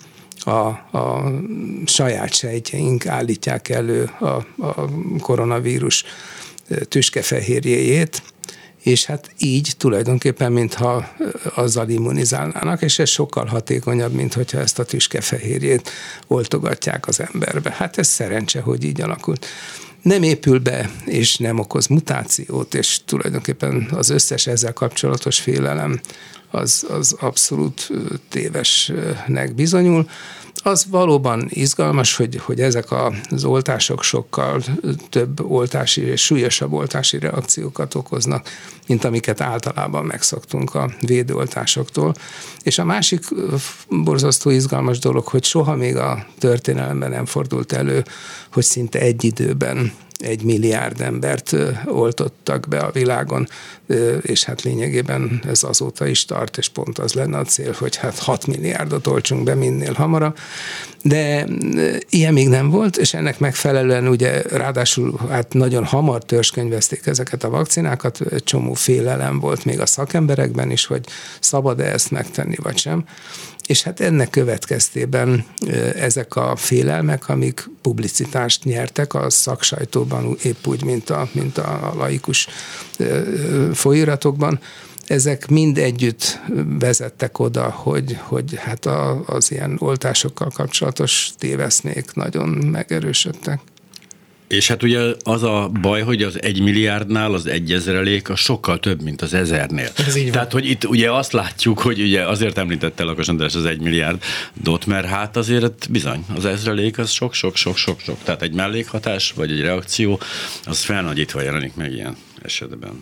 Speaker 6: a saját sejtjeink állítják elő a koronavírus tüskefehérjéjét, és hát így tulajdonképpen, mintha azzal immunizálnának, és ez sokkal hatékonyabb, mint hogyha ezt a tüskefehérjét oltogatják az emberbe. Hát ez szerencse, hogy így alakult. Nem épül be, és nem okoz mutációt, és tulajdonképpen az összes ezzel kapcsolatos félelem az abszolút tévesnek bizonyul. Az valóban izgalmas, hogy ezek az oltások sokkal több oltási és súlyosabb oltási reakciókat okoznak, mint amiket általában megszoktunk a védőoltásoktól. És a másik borzasztó izgalmas dolog, hogy soha még a történelemben nem fordult elő, hogy szinte egy időben 1 milliárd embert oltottak be a világon, és hát lényegében ez azóta is tart, és pont az lenne a cél, hogy hát 6 milliárdot oltsunk be minél hamarabb. De ilyen még nem volt, és ennek megfelelően ugye ráadásul hát nagyon hamar törzskönyvezték ezeket a vakcinákat, egy csomó félelem volt még a szakemberekben is, hogy szabad-e ezt megtenni, vagy sem. És hát ennek következtében ezek a félelmek, amik publicitást nyertek a szaksajtóban, épp úgy, mint a laikus folyóiratokban, ezek mind együtt vezettek oda, hogy hát az ilyen oltásokkal kapcsolatos téveszmék nagyon megerősödtek.
Speaker 2: És hát ugye az a baj, hogy az 1 milliárdnál az 1000-elék az sokkal több, mint az 1000-nél. Tehát, hogy itt ugye azt látjuk, hogy ugye azért említette Lakas András az 1 milliárdot, mert hát azért bizony, az 1000-elék az sok. Tehát egy mellékhatás, vagy egy reakció, az felnagyítva jelenik meg ilyen esetben.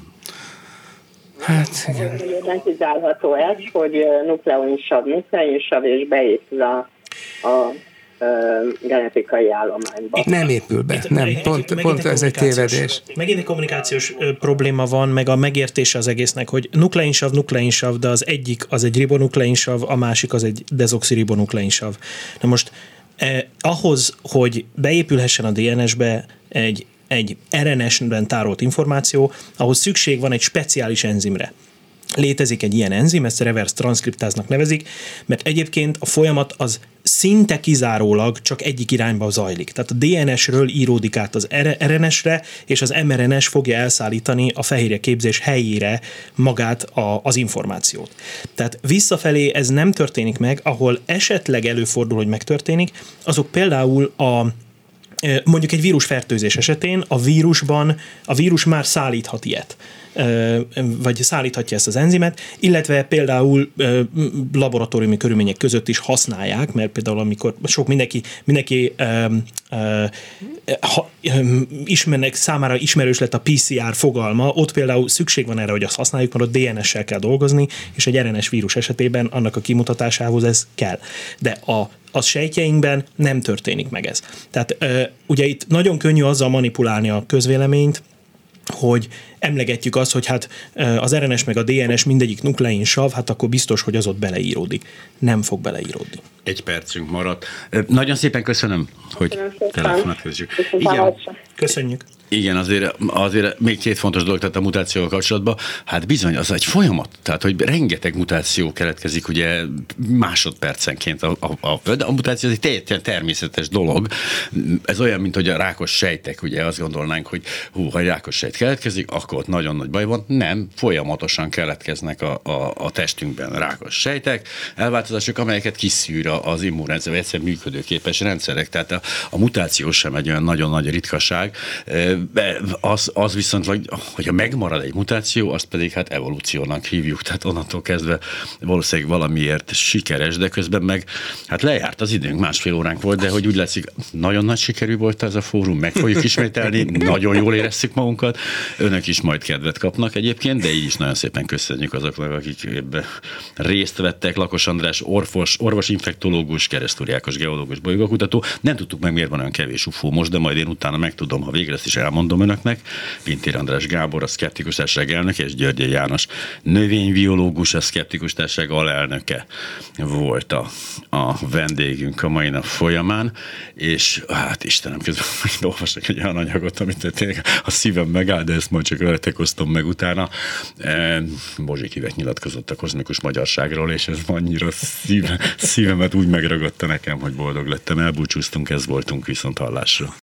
Speaker 6: Hát igen.
Speaker 9: Nem kizárható ez, hogy nukleinsav és beépül a genetikai állományba.
Speaker 6: Nem épül be, pont ez egy tévedés.
Speaker 3: Megint egy kommunikációs probléma van, meg a megértése az egésznek, hogy nukleinsav, de az egyik az egy ribonukleinsav, a másik az egy dezoxiribonukleinsav. Na most ahhoz, hogy beépülhessen a DNS-be egy RNS-ben tárolt információ, ahhoz szükség van egy speciális enzimre. Létezik egy ilyen enzim, ezt reverse transzkriptáznak nevezik, mert egyébként a folyamat az szinte kizárólag csak egyik irányba zajlik. Tehát a DNS-ről íródik át az RNS-re, és az mRNS fogja elszállítani a fehérjeképzés helyére magát az információt. Tehát visszafelé ez nem történik meg, ahol esetleg előfordul, hogy megtörténik, azok például mondjuk egy vírusfertőzés esetén a vírus már szállíthat ilyet, vagy szállíthatja ezt az enzimet, illetve például laboratóriumi körülmények között is használják, mert például amikor mindenki ismernek, számára ismerős lett a PCR fogalma, ott például szükség van erre, hogy azt használjuk, mert ott DNS-sel kell dolgozni, és egy RNS vírus esetében annak a kimutatásához ez kell. De a sejtjeinkben nem történik meg ez. Tehát ugye itt nagyon könnyű azzal manipulálni a közvéleményt, hogy emlegetjük azt, hogy hát az RNS meg a DNS mindegyik nukleinsav, hát akkor biztos, hogy az ott beleíródik. Nem fog beleíródni.
Speaker 2: 1 percünk maradt. Nagyon szépen köszönöm, hogy telefonát közjük. Igen.
Speaker 3: Köszönjük.
Speaker 2: Igen, azért még 2 fontos dolog, tehát a mutációval kapcsolatban, hát bizony, az egy folyamat, tehát hogy rengeteg mutáció keletkezik ugye másodpercenként de a mutáció az egy teljesen természetes dolog. Ez olyan, mint hogy a rákos sejtek, ugye azt gondolnánk, hogy ha rákos sejt keletkezik, akkor ott nagyon nagy baj van. Nem, folyamatosan keletkeznek a testünkben rákos sejtek, elváltozások, amelyeket kiszűr az immunrendszer, vagy egyszerűen működőképes rendszerek, tehát a mutáció sem egy olyan nagyon nagy ritkaság. Az viszont, hogyha megmarad egy mutáció, azt pedig hát evolúciónak hívjuk, tehát onnantól kezdve valószínűleg valamiért sikeres, de közben meg hát lejárt az időnk, 1,5 óránk volt, de hogy úgy látszik, nagyon nagy sikerű volt ez a fórum, meg fogjuk ismételni, nagyon jól érezzük magunkat, önök is majd kedvet kapnak egyébként, de így is nagyon szépen köszönjük azoknak, akik ebbe részt vettek. Lakos András, orvos-infektológus, Keresztúri Ákos geológus, bolygókutató. Nem tudtuk meg, miért van olyan kevés UFO most, de majd én utána megtudom, ha végre ezt is elmondom önöknek. Pintér András Gábor, a Szkeptikus Társaság elnöke, és Györgyi János, növénybiológus, a Szkeptikus Társaság alelnöke volt a vendégünk a mai nap folyamán, és hát Istenem, közben olvasok egy olyan anyagot, amit tényleg a szívem megáll, de ezt majd csak veletek osztom meg utána. Bozsik Ivek nyilatkozott a kozmikus magyarságról, és ez annyira szívemet úgy megragadta nekem, hogy boldog lettem. Elbúcsúztunk, ez voltunk, viszont hallásra.